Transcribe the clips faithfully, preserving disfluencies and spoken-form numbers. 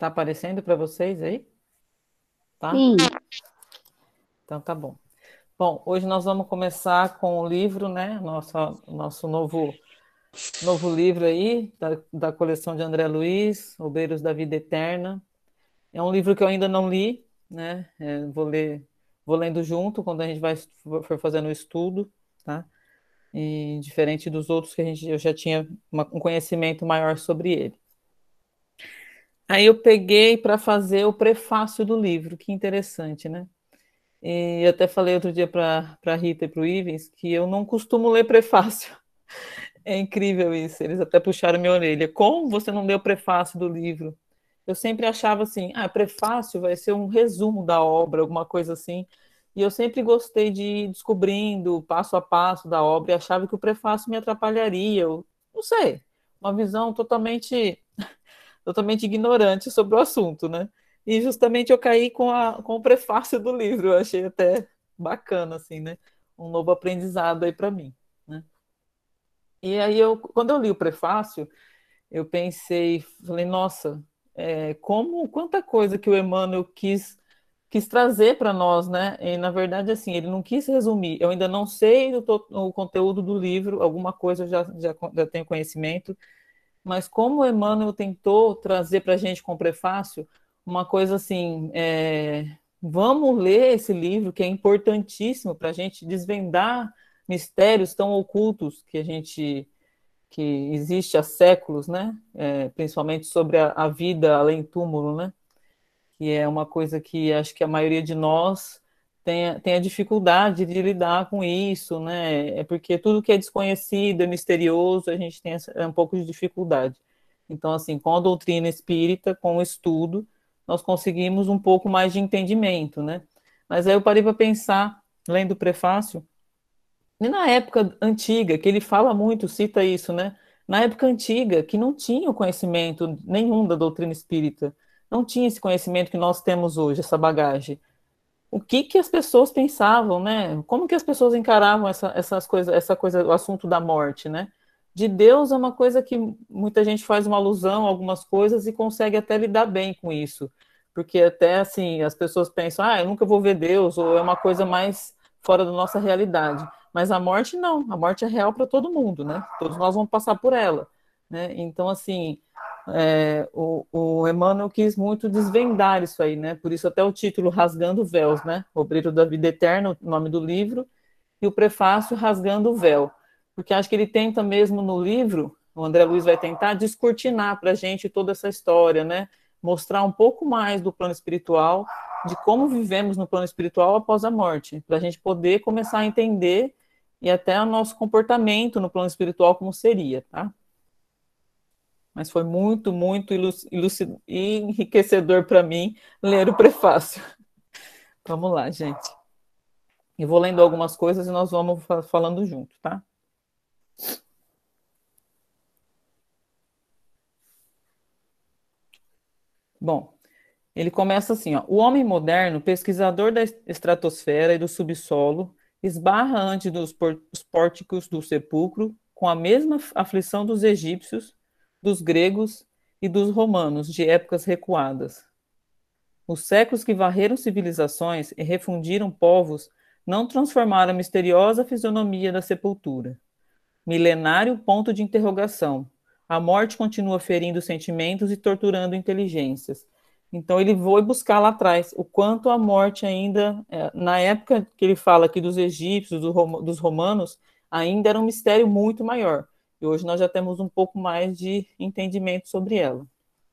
Tá aparecendo para vocês aí? Tá? Sim, Então tá bom. Bom, hoje nós vamos começar com o livro, né? Nosso, nosso novo, novo livro aí, da, da coleção de André Luiz, Obreiros da Vida Eterna. É um livro que eu ainda não li, né? É, vou ler, vou lendo junto quando a gente vai for fazendo o estudo, tá? E diferente dos outros que a gente, eu já tinha uma- um conhecimento maior sobre ele. Aí eu peguei para fazer o prefácio do livro, que interessante, né? E eu até falei outro dia para a Rita e para o Ivens que eu não costumo ler prefácio. É incrível isso. Eles até puxaram minha orelha. Como você não leu o prefácio do livro? Eu sempre achava assim, ah, prefácio vai ser um resumo da obra, alguma coisa assim. E eu sempre gostei de ir descobrindo passo a passo da obra e achava que o prefácio me atrapalharia. Eu não sei, uma visão totalmente totalmente ignorante sobre o assunto, né? E justamente eu caí com, a, com o prefácio do livro, eu achei até bacana, assim, né? Um novo aprendizado aí para mim, né? E aí, eu, quando eu li o prefácio, eu pensei, falei, nossa, é, como, quanta coisa que o Emmanuel quis, quis trazer para nós, né? E, na verdade, assim, ele não quis resumir. Eu ainda não sei o, to- o conteúdo do livro, alguma coisa eu já, já, já tenho conhecimento, mas como o Emmanuel tentou trazer para a gente com o prefácio uma coisa assim, é, vamos ler esse livro que é importantíssimo para a gente desvendar mistérios tão ocultos que a gente que existe há séculos, né? É, principalmente sobre a, a vida além túmulo, né? Que é uma coisa que acho que a maioria de nós tem, a- tem a dificuldade de lidar com isso, né? É porque tudo que é desconhecido, é misterioso, a gente tem essa- é um pouco de dificuldade. Então, assim, com a doutrina espírita, com o estudo, nós conseguimos um pouco mais de entendimento, né? Mas aí eu parei para pensar, lendo o prefácio, e na época antiga, que ele fala muito, cita isso, né? Na época antiga, que não tinha o conhecimento nenhum da doutrina espírita, não tinha esse conhecimento que nós temos hoje, essa bagagem. O que que as pessoas pensavam, né? Como que as pessoas encaravam essa, essas coisas, essa coisa, o assunto da morte, né? De Deus é uma coisa que muita gente faz uma alusão a algumas coisas e consegue até lidar bem com isso. Porque até assim, as pessoas pensam, ah, eu nunca vou ver Deus, ou é uma coisa mais fora da nossa realidade. Mas a morte não, a morte é real para todo mundo, né? Todos nós vamos passar por ela, né? Então, assim, é, o, o Emmanuel quis muito desvendar isso aí, né? Por isso até o título Rasgando Véus, né? Obreiro da Vida Eterna, o nome do livro, e o prefácio Rasgando o Véu. Porque acho que ele tenta mesmo no livro, o André Luiz vai tentar descortinar para a gente toda essa história, né? Mostrar um pouco mais do plano espiritual, de como vivemos no plano espiritual após a morte, para a gente poder começar a entender e até o nosso comportamento no plano espiritual como seria, tá? Mas foi muito, muito iluc- enriquecedor para mim ler o prefácio. Vamos lá, gente. Eu vou lendo algumas coisas e nós vamos fa- falando junto, tá? Bom, ele começa assim, ó. O homem moderno, pesquisador da estratosfera e do subsolo, esbarra ante dos por- os pórticos do sepulcro com a mesma aflição dos egípcios, dos gregos e dos romanos de épocas recuadas. Os séculos que varreram civilizações e refundiram povos não transformaram a misteriosa fisionomia da sepultura. Milenário ponto de interrogação. A morte continua ferindo sentimentos e torturando inteligências. Então ele foi buscar lá atrás o quanto a morte ainda, é, na época que ele fala aqui dos egípcios, dos romanos, ainda era um mistério muito maior. E hoje nós já temos um pouco mais de entendimento sobre ela.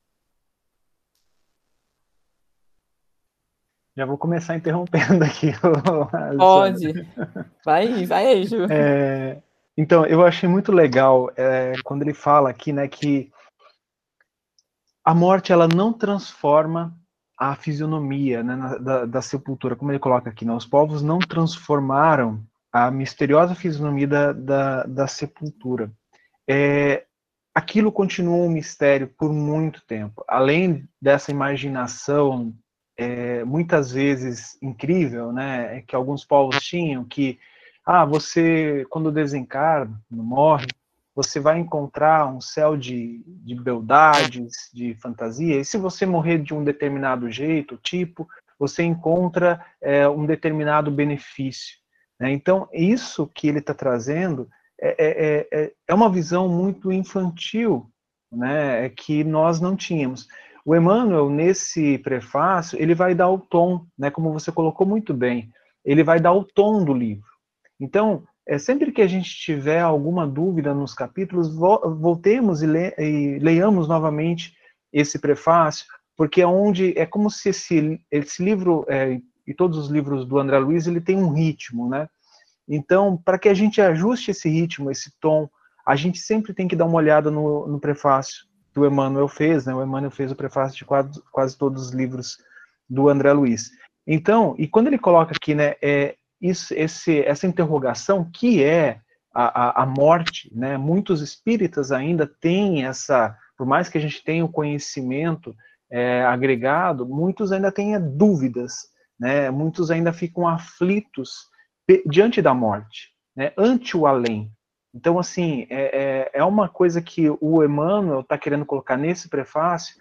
já vou começar interrompendo aqui, Alessandra. Pode, vai, vai aí, Ju. É, então, eu achei muito legal é, quando ele fala aqui, né, que a morte ela não transforma a fisionomia, né, na- da, da sepultura, como ele coloca aqui, né, os povos não transformaram a misteriosa fisionomia da, da, da sepultura. É, aquilo continuou um mistério por muito tempo. Além dessa imaginação é, muitas vezes incrível, né, que alguns povos tinham, que ah, você quando desencarna, morre, você vai encontrar um céu de, de beldades, de fantasia, e se você morrer de um determinado jeito, tipo, você encontra é, um determinado benefício. Né? Então, isso que ele está trazendo é, é, é, é uma visão muito infantil, né, que nós não tínhamos. O Emmanuel, nesse prefácio, ele vai dar o tom, né, como você colocou muito bem, ele vai dar o tom do livro. Então, é, sempre que a gente tiver alguma dúvida nos capítulos, voltemos e, le, e leiamos novamente esse prefácio, porque é onde é como se esse, esse livro, é, e todos os livros do André Luiz, ele tem um ritmo, né? Então, para que a gente ajuste esse ritmo, esse tom, a gente sempre tem que dar uma olhada no, no prefácio que o Emmanuel fez, né? O Emmanuel fez o prefácio de quase, quase todos os livros do André Luiz. Então, e quando ele coloca aqui, né, é, isso, esse, essa interrogação, que é a, a, a morte, né? Muitos espíritas ainda têm essa, por mais que a gente tenha o conhecimento é, agregado, muitos ainda têm dúvidas, né? Muitos ainda ficam aflitos diante da morte, né? Ante o além. Então, assim, é, é uma coisa que o Emmanuel está querendo colocar nesse prefácio,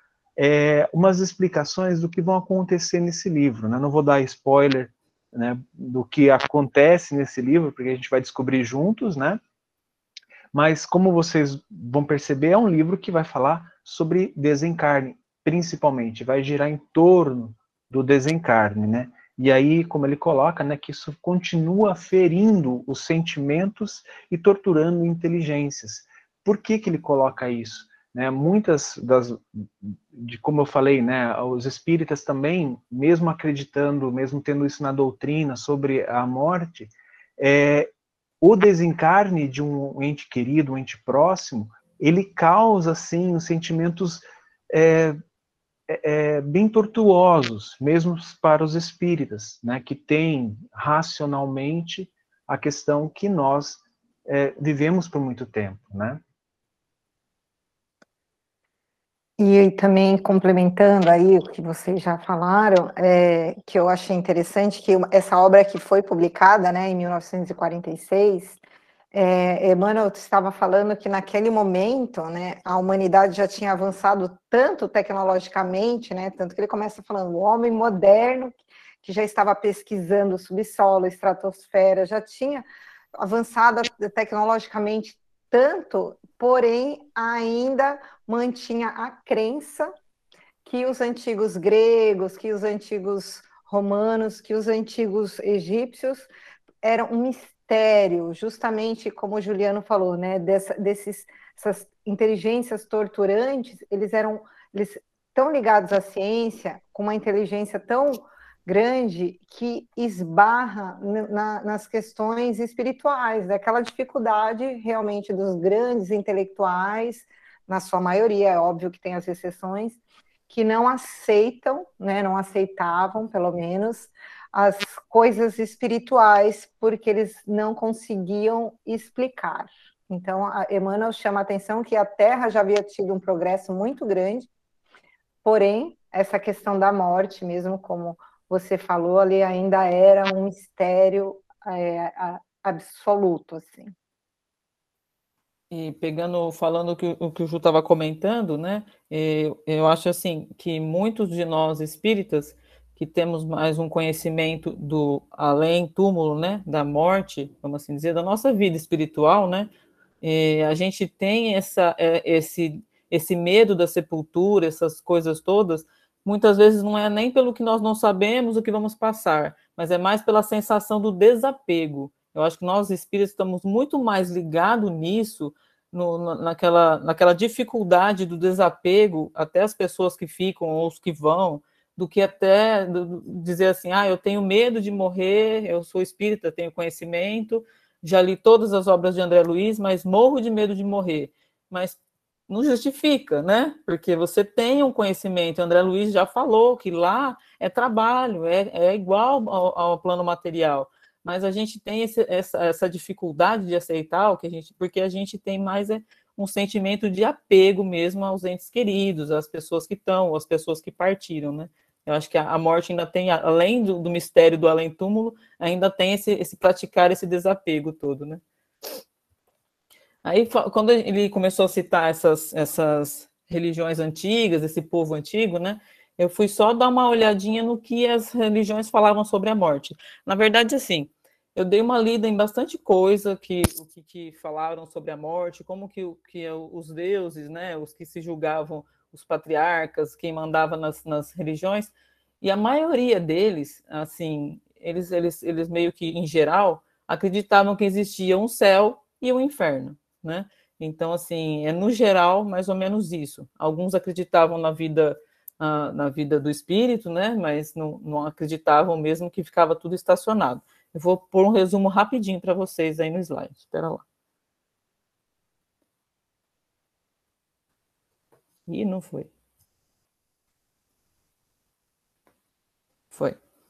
é, umas explicações do que vão acontecer nesse livro, né? Não vou dar spoiler, né, do que acontece nesse livro, porque a gente vai descobrir juntos, né? Mas, como vocês vão perceber, é um livro que vai falar sobre desencarne, principalmente, vai girar em torno do desencarne, né? E aí, como ele coloca, né, que isso continua ferindo os sentimentos e torturando inteligências. Por que que ele coloca isso? Né, muitas das, de como eu falei, né, os espíritas também, mesmo acreditando, mesmo tendo isso na doutrina sobre a morte, é, o desencarne de um ente querido, um ente próximo, ele causa, sim, os sentimentos é, é, bem tortuosos, mesmo para os espíritas, né, que têm racionalmente a questão que nós é, vivemos por muito tempo, né? E também complementando aí o que vocês já falaram, é, que eu achei interessante, que essa obra que foi publicada, né, em mil novecentos e quarenta e seis, é, Emmanuel estava falando que naquele momento, né, a humanidade já tinha avançado tanto tecnologicamente, né, tanto que ele começa falando, o homem moderno, que já estava pesquisando o subsolo, estratosfera, já tinha avançado tecnologicamente tanto, porém ainda mantinha a crença que os antigos gregos, que os antigos romanos, que os antigos egípcios eram um mistério, justamente como o Juliano falou, né, dessa, desses, essas inteligências torturantes, eles eram eles tão ligados à ciência, com uma inteligência tão grande que esbarra na, nas questões espirituais, daquela dificuldade realmente dos grandes intelectuais, na sua maioria, é óbvio que tem as exceções, que não aceitam, né, não aceitavam, pelo menos, as coisas espirituais, porque eles não conseguiam explicar. Então, a Emmanuel chama a atenção que a Terra já havia tido um progresso muito grande, porém, essa questão da morte, mesmo como você falou ali, ainda era um mistério é, absoluto, assim. E pegando, falando o que o, que o Ju estava comentando, né? Eu, eu acho assim que muitos de nós espíritas que temos mais um conhecimento do além túmulo, né? Da morte, vamos assim dizer, da nossa vida espiritual, né? E a gente tem essa, esse, esse medo da sepultura, essas coisas todas. Muitas vezes não é nem pelo que nós não sabemos o que vamos passar, mas é mais pela sensação do desapego. Eu acho que nós espíritos estamos muito mais ligados nisso, no, naquela, naquela dificuldade do desapego, até as pessoas que ficam ou os que vão, do que até dizer assim, ah, eu tenho medo de morrer, eu sou espírita, tenho conhecimento, já li todas as obras de André Luiz, mas morro de medo de morrer. Mas não justifica, né? Porque você tem um conhecimento, André Luiz já falou que lá é trabalho, é, é igual ao, ao plano material, mas a gente tem esse, essa, essa dificuldade de aceitar o que a gente, porque a gente tem mais é, um sentimento de apego mesmo aos entes queridos, às pessoas que estão, às pessoas que partiram, né? Eu acho que a, a morte ainda tem, além do, do mistério do além-túmulo, ainda tem esse, esse praticar esse desapego todo, né? Aí, quando ele começou a citar essas, essas religiões antigas, esse povo antigo, né? Eu fui só dar uma olhadinha no que as religiões falavam sobre a morte. Na verdade, assim, eu dei uma lida em bastante coisa que o que, que falaram sobre a morte, como que, que os deuses, né? Os que se julgavam os patriarcas, quem mandava nas, nas religiões, e a maioria deles, assim, eles, eles, eles meio que, em geral, acreditavam que existia um céu e um inferno, né? Então, assim, é no geral mais ou menos isso. Alguns acreditavam na vida, uh, na vida do espírito, né? Mas não, não acreditavam mesmo que ficava tudo estacionado. Eu vou pôr um resumo rapidinho para vocês aí no slide. Espera lá. Ih, não foi. Foi.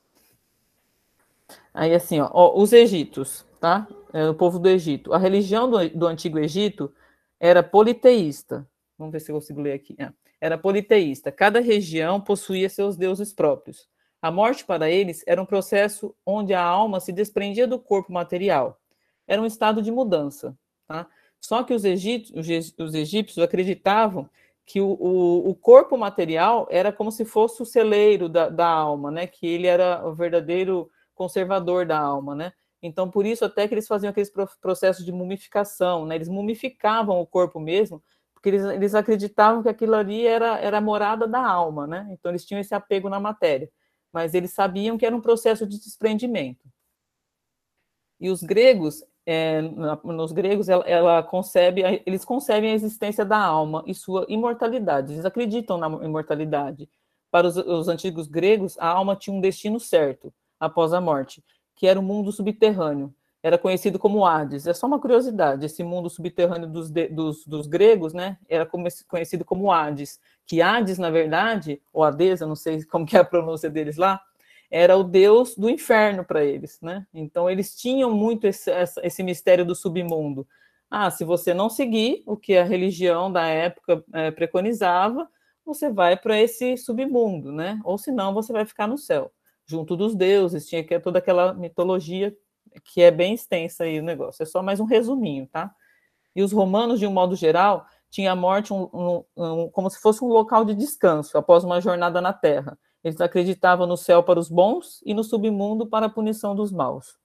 Aí, assim, ó, ó os egípcios, tá? É, o povo do Egito. A religião do, do Antigo Egito era politeísta. Vamos ver se eu consigo ler aqui. É. Era politeísta. Cada região possuía seus deuses próprios. A morte para eles era um processo onde a alma se desprendia do corpo material. Era um estado de mudança, tá? Só que os egípcios, os egípcios acreditavam que o, o, o corpo material era como se fosse o celeiro da, da alma, né? Que ele era o verdadeiro conservador da alma, né? Então, por isso até que eles faziam aqueles processos de mumificação, né? Eles mumificavam o corpo mesmo, porque eles, eles acreditavam que aquilo ali era, era a morada da alma, né? Então, eles tinham esse apego na matéria, mas eles sabiam que era um processo de desprendimento. E os gregos, é, nos gregos, ela, ela concebe, eles concebem a existência da alma e sua imortalidade. Eles acreditam na imortalidade. Para os, os antigos gregos, a alma tinha um destino certo após a morte, que era o mundo subterrâneo. Era conhecido como Hades. É só uma curiosidade, esse mundo subterrâneo dos, dos, dos gregos, né, era conhecido como Hades, que Hades, na verdade, ou Hades, eu não sei como que é a pronúncia deles lá, era o deus do inferno para eles, né? Então, eles tinham muito esse, esse mistério do submundo. Ah, se você não seguir o que a religião da época é, preconizava, você vai para esse submundo, né? Ou senão, você vai ficar no céu, junto dos deuses, tinha que toda aquela mitologia que é bem extensa aí o negócio. É só mais um resuminho, tá? E os romanos, de um modo geral, tinham a morte um, um, um, como se fosse um local de descanso após uma jornada na Terra. Eles acreditavam no céu para os bons e no submundo para a punição dos maus.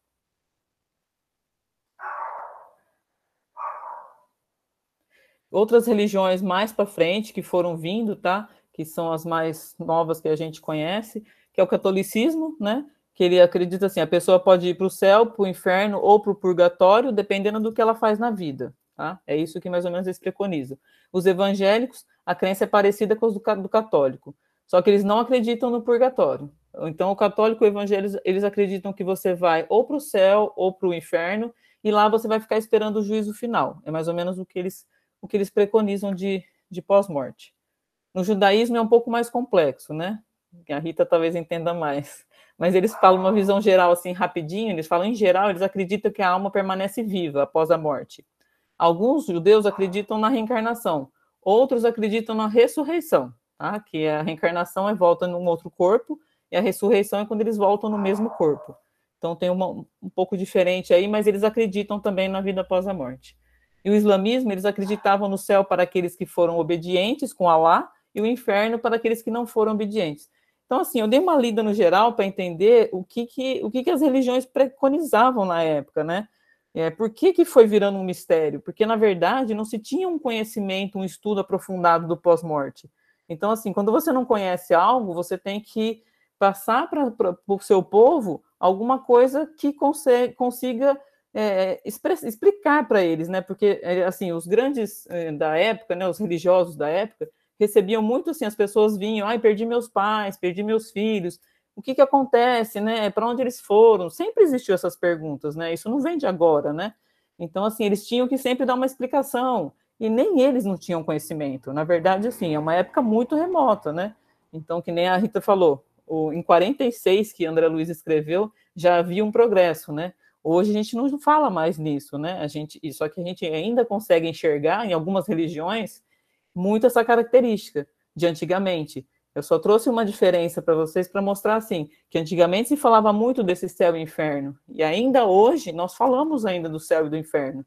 Outras religiões mais para frente que foram vindo, tá? Que são as mais novas que a gente conhece, que é o catolicismo, né? Que ele acredita assim, a pessoa pode ir para o céu, para o inferno ou para o purgatório, dependendo do que ela faz na vida, tá? É isso que mais ou menos eles preconizam. Os evangélicos, a crença é parecida com os do, do católico, só que eles não acreditam no purgatório. Então, o católico e o evangélico, eles acreditam que você vai ou para o céu ou para o inferno, e lá você vai ficar esperando o juízo final. É mais ou menos o que eles, o que eles preconizam de, de pós-morte. No judaísmo é um pouco mais complexo, né? A Rita talvez entenda mais. Mas eles falam uma visão geral, assim, rapidinho, eles falam, em geral, eles acreditam que a alma permanece viva após a morte. Alguns judeus acreditam na reencarnação, outros acreditam na ressurreição, tá? Que a reencarnação é volta num outro corpo, e a ressurreição é quando eles voltam no mesmo corpo. Então tem uma, um pouco diferente aí, mas eles acreditam também na vida após a morte. E o islamismo, eles acreditavam no céu para aqueles que foram obedientes com Alá, e o inferno para aqueles que não foram obedientes. Então, assim, eu dei uma lida no geral para entender o que, que, o que, que as religiões preconizavam na época, né? É, por que, que foi virando um mistério? Porque, na verdade, não se tinha um conhecimento, um estudo aprofundado do pós-morte. Então, assim, quando você não conhece algo, você tem que passar para o seu povo alguma coisa que consiga, consiga é, explicar para eles, né? Porque, assim, os grandes é, da época, né, os religiosos da época, recebiam muito assim, as pessoas vinham, ai, perdi meus pais, perdi meus filhos, o que que acontece, né? Para onde eles foram? Sempre existiu essas perguntas, né? Isso não vem de agora, né? Então, assim, eles tinham que sempre dar uma explicação, e nem eles não tinham conhecimento. Na verdade, assim, é uma época muito remota, né? Então, que nem a Rita falou, o, em quarenta e seis, que André Luiz escreveu, já havia um progresso, né? Hoje a gente não fala mais nisso, né? A gente, só que a gente ainda consegue enxergar em algumas religiões muito essa característica de antigamente. Eu só trouxe uma diferença para vocês para mostrar assim, que antigamente se falava muito desse céu e inferno, e ainda hoje nós falamos ainda do céu e do inferno.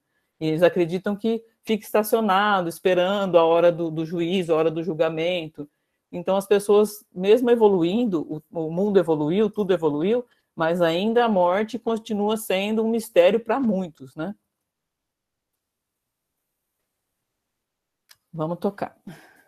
Eles acreditam que fica estacionado, esperando a hora do, do juízo, a hora do julgamento. Então, as pessoas, mesmo evoluindo, o, o mundo evoluiu, tudo evoluiu, mas ainda a morte continua sendo um mistério para muitos, né? Vamos tocar.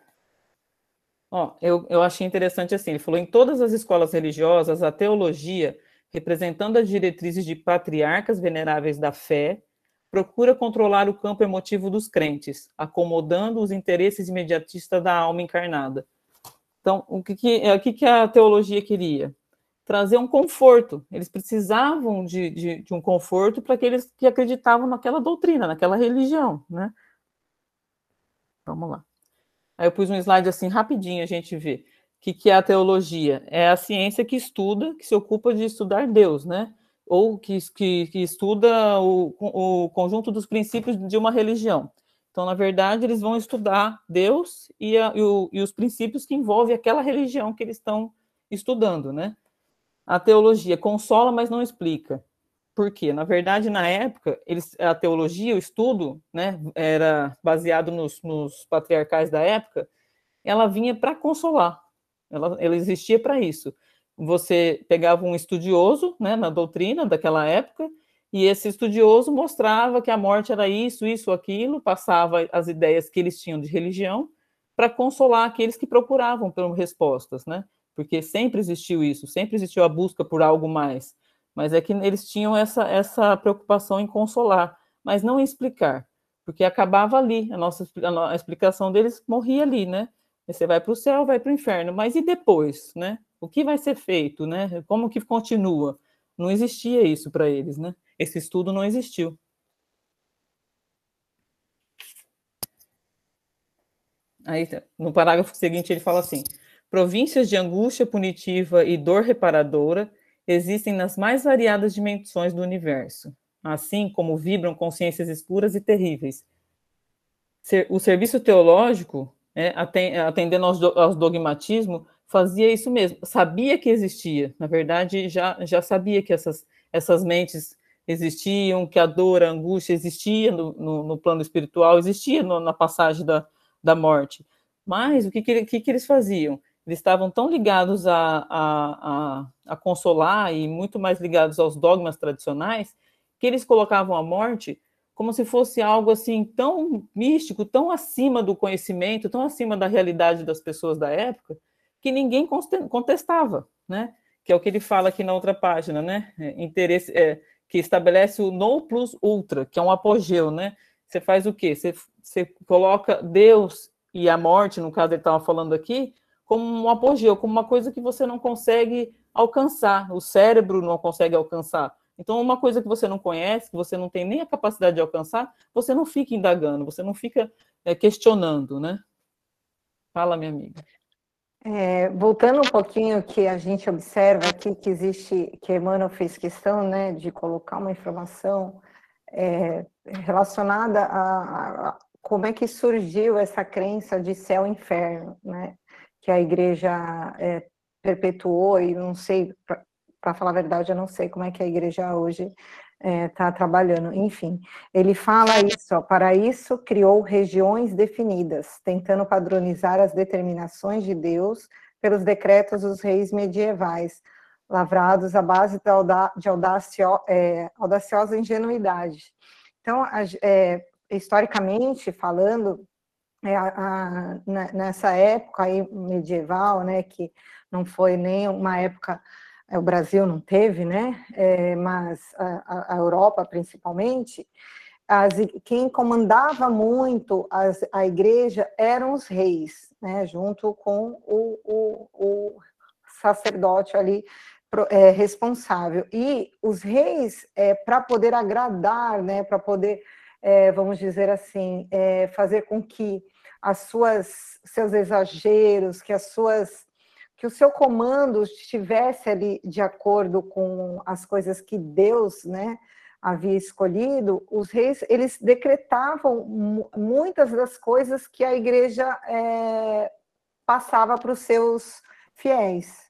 Ó, eu, eu achei interessante assim, ele falou, em todas as escolas religiosas, a teologia, representando as diretrizes de patriarcas veneráveis da fé, procura controlar o campo emotivo dos crentes, acomodando os interesses imediatistas da alma encarnada. Então, o que, que, o que, que a teologia queria? Trazer um conforto. Eles precisavam de, de, de um conforto para aqueles que acreditavam naquela doutrina, naquela religião, né? Vamos lá. Aí eu pus um slide assim, rapidinho, a gente vê. O que, que é a teologia? É a ciência que estuda, que se ocupa de estudar Deus, né? Ou que, que, que estuda o, o conjunto dos princípios de uma religião. Então, na verdade, eles vão estudar Deus e, a, e, o, e os princípios que envolvem aquela religião que eles estão estudando, né? A teologia consola, mas não explica. Por quê? Na verdade, na época, eles, a teologia, o estudo, né, era baseado nos, nos patriarcais da época, ela vinha para consolar, ela, ela existia para isso. Você pegava um estudioso, né, na doutrina daquela época, e esse estudioso mostrava que a morte era isso, isso, aquilo, passava as ideias que eles tinham de religião para consolar aqueles que procuravam por respostas, né? Porque sempre existiu isso, sempre existiu a busca por algo mais. Mas é que eles tinham essa, essa preocupação em consolar, mas não em explicar, porque acabava ali, a nossa a explicação deles morria ali, né? Você vai para o céu, vai para o inferno, mas e depois, né? O que vai ser feito, né? Como que continua? Não existia isso para eles, né? Esse estudo não existiu. Aí, no parágrafo seguinte, ele fala assim: províncias de angústia punitiva e dor reparadora existem nas mais variadas dimensões do universo, assim como vibram consciências escuras e terríveis. O serviço teológico, né, atendendo aos dogmatismos, fazia isso mesmo, sabia que existia, na verdade, já, já sabia que essas, essas mentes existiam, que a dor, a angústia existia no, no, no plano espiritual, existia no, na passagem da, da morte. Mas o que, que, que, que eles faziam? Eles estavam tão ligados a, a, a, a consolar e muito mais ligados aos dogmas tradicionais, que eles colocavam a morte como se fosse algo assim tão místico, tão acima do conhecimento, tão acima da realidade das pessoas da época, que ninguém contestava, né? Que é o que ele fala aqui na outra página, né? É, interesse, é, que estabelece o non plus ultra, que é um apogeu, né? Você faz o quê? Você, você coloca Deus e a morte, no caso ele estava falando aqui, como um apogeu, como uma coisa que você não consegue alcançar, o cérebro não consegue alcançar. Então, uma coisa que você não conhece, que você não tem nem a capacidade de alcançar, você não fica indagando, você não fica é, questionando, né? Fala, minha amiga. É, voltando um pouquinho que a gente observa aqui que existe, que Emmanuel fez questão, né, de colocar uma informação é, relacionada a, a como é que surgiu essa crença de céu e inferno, né, que a igreja é, perpetuou, e não sei, para falar a verdade, eu não sei como é que a igreja hoje está é, trabalhando. Enfim, ele fala isso, ó, para isso criou regiões definidas, tentando padronizar as determinações de Deus pelos decretos dos reis medievais, lavrados à base de audacio, é, audaciosa ingenuidade. Então, é, historicamente falando, é, a, a, nessa época aí medieval, né, que não foi nem uma época, o Brasil não teve, né, é, mas a, a Europa principalmente, as, quem comandava muito as, a igreja eram os reis, né, junto com o, o, o sacerdote ali é, responsável. E os reis, é, para poder agradar, né, para poder, é, vamos dizer assim, é, fazer com que as suas, seus exageros, que as suas, que o seu comando estivesse ali de acordo com as coisas que Deus, né, havia escolhido, os reis, eles decretavam muitas das coisas que a igreja é, passava para os seus fiéis.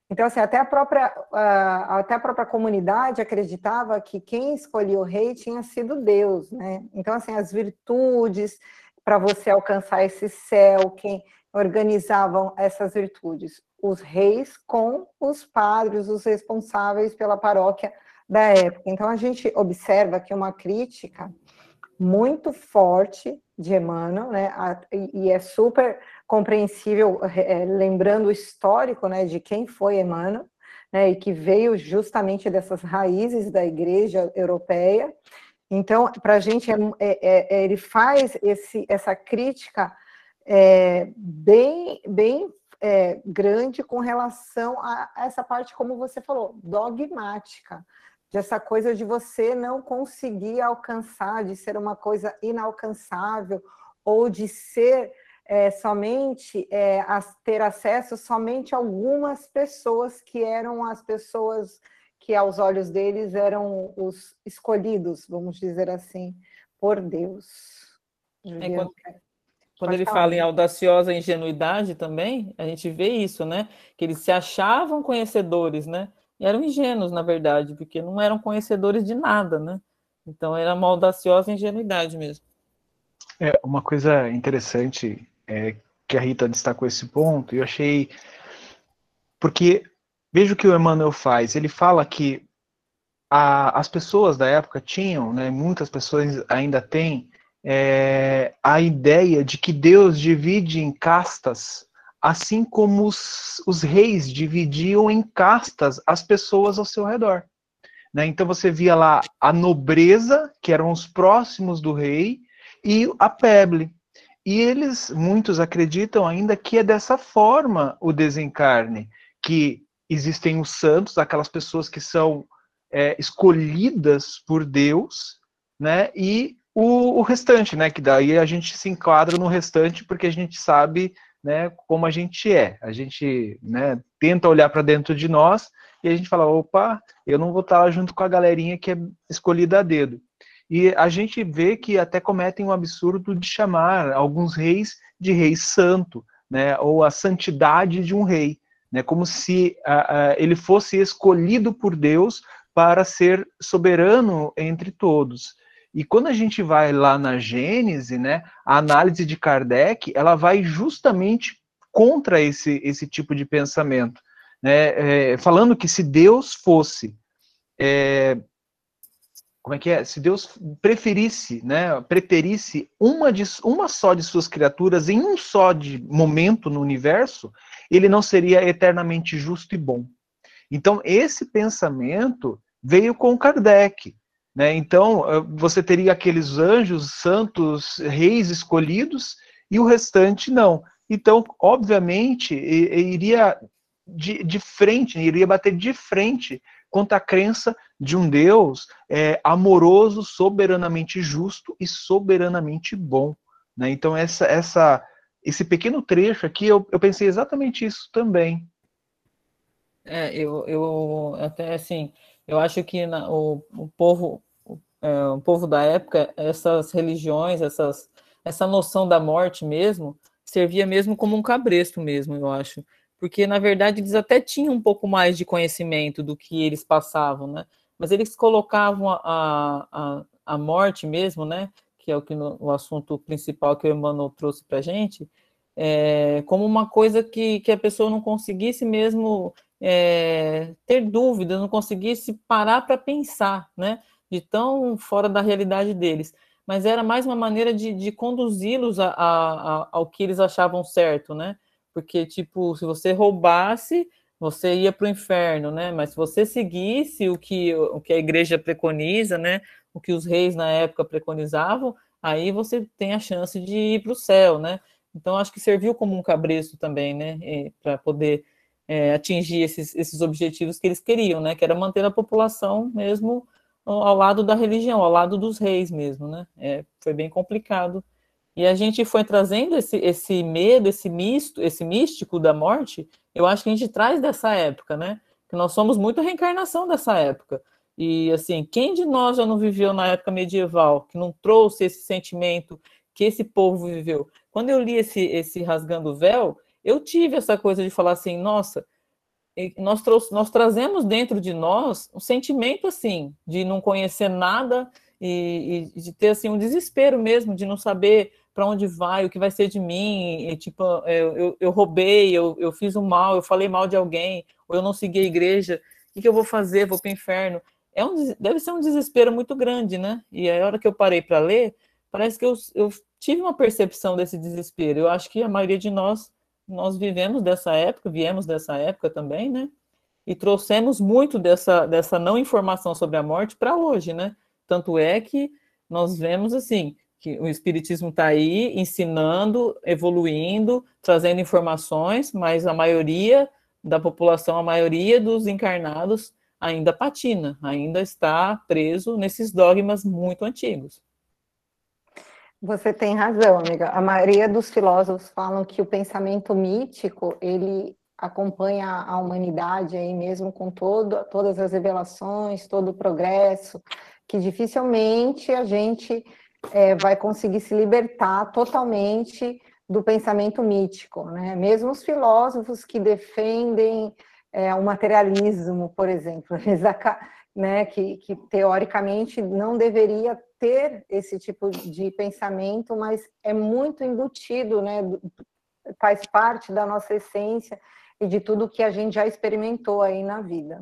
Então, assim, até a própria, uh, até a própria comunidade acreditava que quem escolhia o rei tinha sido Deus, né? Então, assim, as virtudes para você alcançar esse céu, quem organizavam essas virtudes? Os reis com os padres, os responsáveis pela paróquia da época. Então, a gente observa que uma crítica muito forte de Emmanuel, né? E é super compreensível, é, lembrando o histórico, né, de quem foi Emmanuel, né, e que veio justamente dessas raízes da Igreja Europeia. Então, para a gente, é, é, é, ele faz esse, essa crítica é, bem, bem é, grande com relação a essa parte, como você falou, dogmática, dessa coisa de você não conseguir alcançar, de ser uma coisa inalcançável, ou de ser é, somente, é, a, ter acesso somente a algumas pessoas que eram as pessoas que aos olhos deles eram os escolhidos, vamos dizer assim, por Deus. É, quando, quando Pode ele falar. fala em audaciosa ingenuidade também, a gente vê isso, né? Que eles se achavam conhecedores, né? E eram ingênuos, na verdade, porque não eram conhecedores de nada, né? Então era uma audaciosa ingenuidade mesmo. É, uma coisa interessante é que a Rita destacou esse ponto, e eu achei... Porque, veja o que o Emmanuel faz, ele fala que a, as pessoas da época tinham, né, muitas pessoas ainda têm, é, a ideia de que Deus divide em castas, assim como os, os reis dividiam em castas as pessoas ao seu redor. Né? Então você via lá a nobreza, que eram os próximos do rei, e a plebe. E eles, muitos acreditam ainda que é dessa forma o desencarne, que existem os santos, aquelas pessoas que são é, escolhidas por Deus, né? E o, o restante, né? Que daí a gente se enquadra no restante porque a gente sabe, né, como a gente é. A gente, né, tenta olhar para dentro de nós e a gente fala, opa, eu não vou estar lá junto com a galerinha que é escolhida a dedo. E a gente vê que até cometem um absurdo de chamar alguns reis de rei santo, né, ou a santidade de um rei, né, como se uh, uh, ele fosse escolhido por Deus para ser soberano entre todos. E quando a gente vai lá na Gênese, né, a análise de Kardec, ela vai justamente contra esse, esse tipo de pensamento, né, é, falando que se Deus fosse... É, como é que é? Se Deus preferisse, né, preterisse uma, de, uma só de suas criaturas em um só de momento no universo, ele não seria eternamente justo e bom. Então, esse pensamento veio com Kardec. Né? Então, você teria aqueles anjos, santos, reis escolhidos, e o restante não. Então, obviamente, iria de, de frente, iria bater de frente contra a crença de um Deus é, amoroso, soberanamente justo e soberanamente bom. Né? Então, essa, essa, esse pequeno trecho aqui, eu, eu pensei exatamente isso também. É, eu, eu até assim, eu acho que na, o, o povo, é, o povo da época, essas religiões, essas, essa noção da morte mesmo, servia mesmo como um cabresto mesmo, eu acho. Porque, na verdade, eles até tinham um pouco mais de conhecimento do que eles passavam, né? Mas eles colocavam a, a, a morte mesmo, né? Que é o, que no, o assunto principal que o Emmanuel trouxe para a gente, é, como uma coisa que, que a pessoa não conseguisse mesmo é, ter dúvidas, não conseguisse parar para pensar, né? De tão fora da realidade deles. Mas era mais uma maneira de, de conduzi-los a, a, a, ao que eles achavam certo, né? Porque, tipo, se você roubasse, você ia para o inferno, né? Mas se você seguisse o que, o que a igreja preconiza, né? O que os reis na época preconizavam, aí você tem a chance de ir para o céu, né? Então, acho que serviu como um cabresto também, né? Para poder é, atingir esses, esses objetivos que eles queriam, né? Que era manter a população mesmo ao lado da religião, ao lado dos reis mesmo, né? É, foi bem complicado. E a gente foi trazendo esse, esse medo, esse misto, esse místico da morte, eu acho que a gente traz dessa época, né? Que nós somos muito a reencarnação dessa época. E, assim, quem de nós já não viveu na época medieval, que não trouxe esse sentimento que esse povo viveu? Quando eu li esse, esse Rasgando o Véu, eu tive essa coisa de falar assim, nossa, nós, nós trazemos dentro de nós um sentimento assim, de não conhecer nada e, e de ter assim, um desespero mesmo, de não saber para onde vai, o que vai ser de mim, e, tipo, eu, eu, eu roubei, eu, eu fiz um mal, eu falei mal de alguém, ou eu não segui a igreja, o que, que eu vou fazer? Vou para o inferno. É um, deve ser um desespero muito grande, né? E a hora que eu parei para ler, parece que eu, eu tive uma percepção desse desespero. Eu acho que a maioria de nós, nós vivemos dessa época, viemos dessa época também, né? E trouxemos muito dessa, dessa não informação sobre a morte para hoje, né? Tanto é que nós vemos, assim, que o Espiritismo está aí ensinando, evoluindo, trazendo informações, mas a maioria da população, a maioria dos encarnados ainda patina, ainda está preso nesses dogmas muito antigos. Você tem razão, amiga. A maioria dos filósofos falam que o pensamento mítico, ele acompanha a humanidade aí mesmo com todo, todas as revelações, todo o progresso, que dificilmente a gente é, vai conseguir se libertar totalmente do pensamento mítico, né? Mesmo os filósofos que defendem é, o materialismo, por exemplo, eles, né, que, que teoricamente não deveria ter esse tipo de pensamento, mas é muito embutido, né, faz parte da nossa essência e de tudo que a gente já experimentou aí na vida.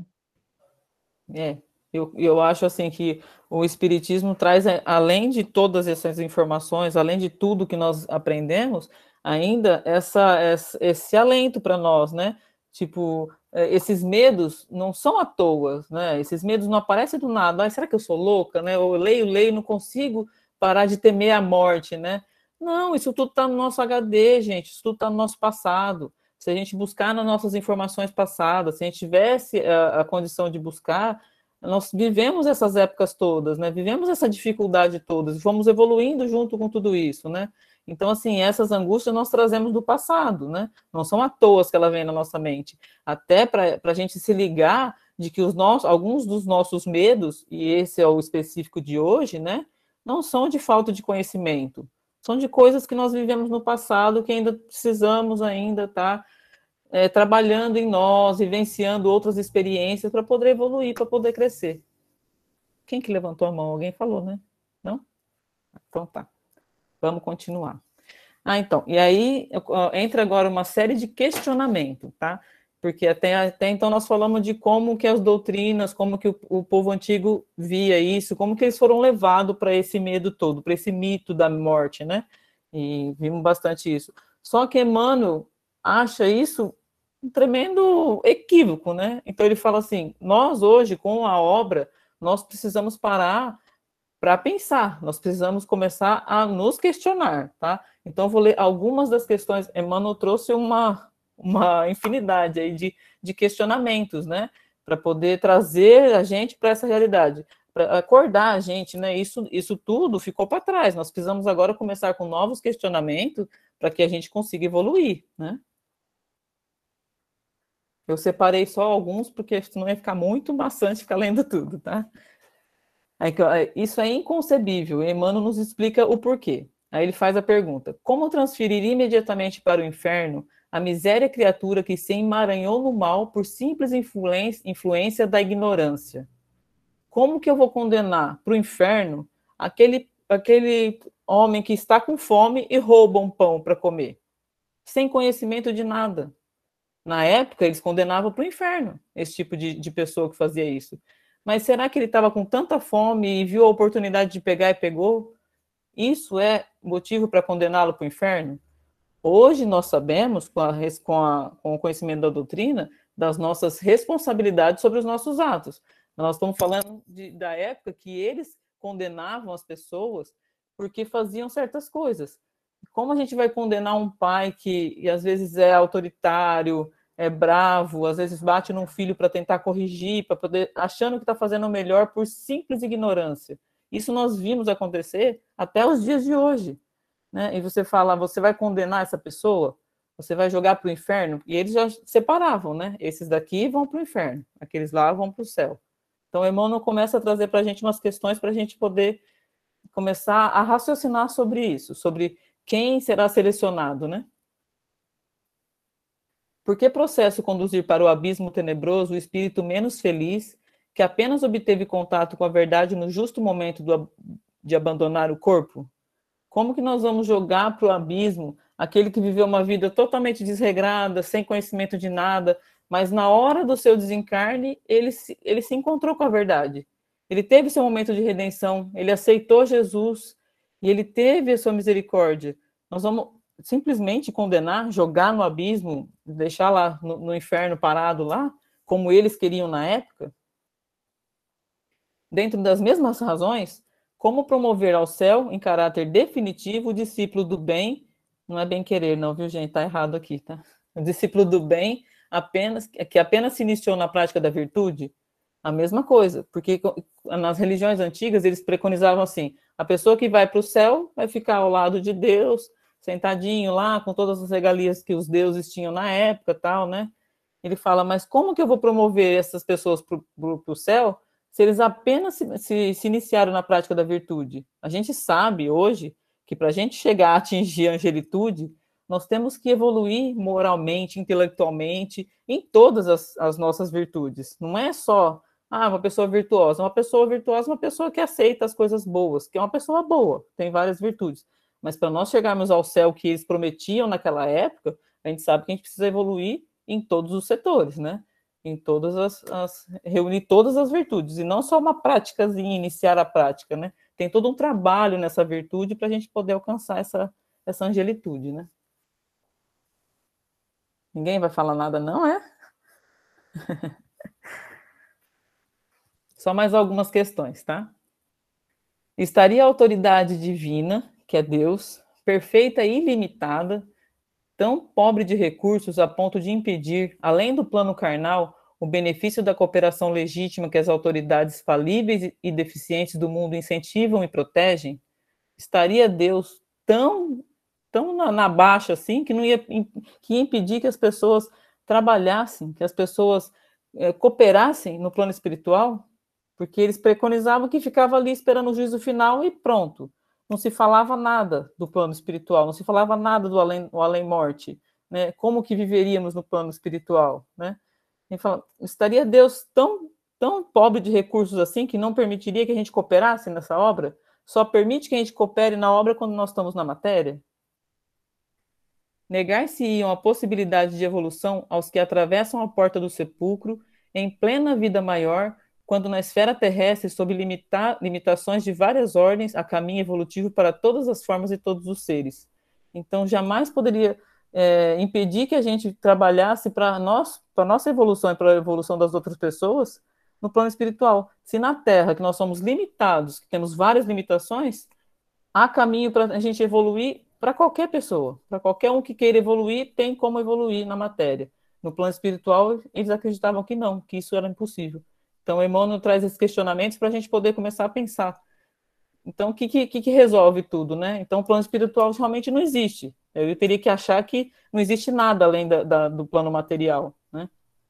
É, eu, eu acho assim que o Espiritismo traz, além de todas essas informações, além de tudo que nós aprendemos, ainda essa, essa esse alento para nós, né? Tipo, esses medos não são à toa, né? Esses medos não aparecem do nada. Ah, será que eu sou louca, né? Eu leio, leio, não consigo parar de temer a morte, né? Não, isso tudo está no nosso H D, gente. Isso tudo está no nosso passado. Se a gente buscar nas nossas informações passadas, se a gente tivesse a, a condição de buscar, nós vivemos essas épocas todas, né? Vivemos essa dificuldade todas, e fomos evoluindo junto com tudo isso, né? Então, assim, essas angústias nós trazemos do passado, né? Não são à toa que ela vem na nossa mente. Até para a gente se ligar de que os nossos, alguns dos nossos medos, e esse é o específico de hoje, né? Não são de falta de conhecimento, são de coisas que nós vivemos no passado que ainda precisamos ainda estar tá, é, trabalhando em nós, vivenciando outras experiências para poder evoluir, para poder crescer. Quem que levantou a mão? Alguém falou, né? Não? Então tá. Vamos continuar. Ah, então, e aí entra agora uma série de questionamento, tá? Porque até, até então nós falamos de como que as doutrinas, como que o, o povo antigo via isso, como que eles foram levados para esse medo todo, para esse mito da morte, né? E vimos bastante isso. Só que Emmanuel acha isso um tremendo equívoco, né? Então ele fala assim, nós hoje, com a obra, nós precisamos parar para pensar, nós precisamos começar a nos questionar, tá? Então, vou ler algumas das questões. Emmanuel trouxe uma, uma infinidade aí de, de questionamentos, né? Para poder trazer a gente para essa realidade, para acordar a gente, né? Isso, isso tudo ficou para trás. Nós precisamos agora começar com novos questionamentos para que a gente consiga evoluir, né? Eu separei só alguns, porque senão ia ficar muito maçante ficar lendo tudo, tá? Isso é inconcebível. Emmanuel nos explica o porquê. Aí ele faz a pergunta: como transferir imediatamente para o inferno a miséria criatura que se emaranhou no mal por simples influência da ignorância? Como que eu vou condenar para o inferno aquele, aquele homem que está com fome e rouba um pão para comer, sem conhecimento de nada? Na época, eles condenavam para o inferno esse tipo de, de pessoa que fazia isso. Mas será que ele estava com tanta fome e viu a oportunidade de pegar e pegou? Isso é motivo para condená-lo para o inferno? Hoje nós sabemos, com, a, com, a, com o conhecimento da doutrina, das nossas responsabilidades sobre os nossos atos. Nós estamos falando de, da época que eles condenavam as pessoas porque faziam certas coisas. Como a gente vai condenar um pai que e às vezes é autoritário, é bravo, às vezes bate num filho para tentar corrigir, para poder achando que está fazendo o melhor por simples ignorância? Isso nós vimos acontecer até os dias de hoje, né? E você fala, você vai condenar essa pessoa? Você vai jogar para o inferno? E eles já separavam, né? Esses daqui vão para o inferno, aqueles lá vão para o céu. Então, Emmanuel começa a trazer para a gente umas questões para a gente poder começar a raciocinar sobre isso, sobre quem será selecionado, né? Por que processo conduzir para o abismo tenebroso o espírito menos feliz, que apenas obteve contato com a verdade no justo momento do, de abandonar o corpo? Como que nós vamos jogar para o abismo aquele que viveu uma vida totalmente desregrada, sem conhecimento de nada, mas na hora do seu desencarne, ele se, ele se encontrou com a verdade. Ele teve seu momento de redenção, ele aceitou Jesus e ele teve a sua misericórdia. Nós vamos simplesmente condenar, jogar no abismo, deixar lá no, no inferno parado lá, como eles queriam na época? Dentro das mesmas razões, como promover ao céu, em caráter definitivo, o discípulo do bem, não é bem querer não, viu gente, tá errado aqui, tá? O discípulo do bem, apenas, que apenas se iniciou na prática da virtude, a mesma coisa, porque nas religiões antigas eles preconizavam assim, a pessoa que vai para o céu vai ficar ao lado de Deus, sentadinho lá, com todas as regalias que os deuses tinham na época, tal, né? Ele fala, mas como que eu vou promover essas pessoas para o céu se eles apenas se, se, se iniciaram na prática da virtude? A gente sabe hoje que para a gente chegar a atingir a angelitude, nós temos que evoluir moralmente, intelectualmente, em todas as, as nossas virtudes. Não é só, ah, uma pessoa virtuosa. Uma pessoa virtuosa é uma pessoa que aceita as coisas boas, que é uma pessoa boa, tem várias virtudes. Mas para nós chegarmos ao céu que eles prometiam naquela época, a gente sabe que a gente precisa evoluir em todos os setores, né? Em todas as, as reunir todas as virtudes, e não só uma práticazinha, iniciar a prática, né? Tem todo um trabalho nessa virtude para a gente poder alcançar essa, essa angelitude, né? Ninguém vai falar nada, não é? Só mais algumas questões, tá? Estaria a autoridade divina, que é Deus, perfeita e ilimitada, tão pobre de recursos a ponto de impedir, além do plano carnal, o benefício da cooperação legítima que as autoridades falíveis e deficientes do mundo incentivam e protegem? Estaria Deus tão, tão na, na baixa assim que não ia, que ia impedir que as pessoas trabalhassem, que as pessoas é, cooperassem no plano espiritual? Porque eles preconizavam que ficava ali esperando o juízo final e pronto. Não se falava nada do plano espiritual, não se falava nada do além, do além-morte, né? Como que viveríamos no plano espiritual, né? E fala, estaria Deus tão, tão pobre de recursos assim que não permitiria que a gente cooperasse nessa obra? Só permite que a gente coopere na obra quando nós estamos na matéria? Negar-se-iam a possibilidade de evolução aos que atravessam a porta do sepulcro em plena vida maior, quando na esfera terrestre, sob limita limitações de várias ordens, há caminho evolutivo para todas as formas e todos os seres. Então, jamais poderia é, impedir que a gente trabalhasse para nós, para a nossa evolução e para a evolução das outras pessoas no plano espiritual. Se na Terra, que nós somos limitados, que temos várias limitações, há caminho para a gente evoluir para qualquer pessoa, para qualquer um que queira evoluir, tem como evoluir na matéria. No plano espiritual, eles acreditavam que não, que isso era impossível. Então, o Emmanuel traz esses questionamentos para a gente poder começar a pensar. Então, o que, que, que resolve tudo, né? Então, o plano espiritual realmente não existe. Eu teria que achar que não existe nada além da, da, do plano material, né?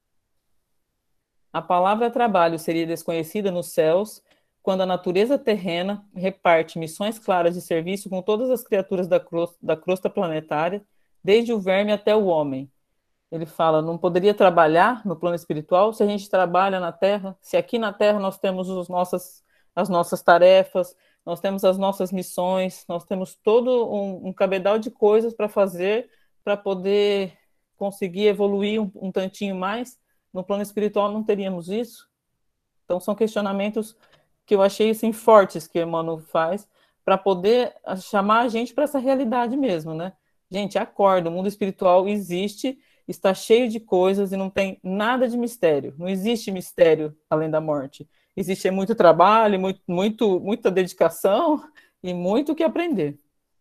A palavra trabalho seria desconhecida nos céus quando a natureza terrena reparte missões claras de serviço com todas as criaturas da crosta, da crosta planetária, desde o verme até o homem. Ele fala, não poderia trabalhar no plano espiritual se a gente trabalha na Terra, se aqui na Terra nós temos os nossas, as nossas tarefas, nós temos as nossas missões, nós temos todo um, um cabedal de coisas para fazer, para poder conseguir evoluir um, um tantinho mais. No plano espiritual não teríamos isso? Então são questionamentos que eu achei assim, fortes que o Emmanuel faz, para poder chamar a gente para essa realidade mesmo, né? Gente, acorda, o mundo espiritual existe, está cheio de coisas e não tem nada de mistério. Não existe mistério além da morte. Existe muito trabalho, muito, muito, muita dedicação e muito o que aprender.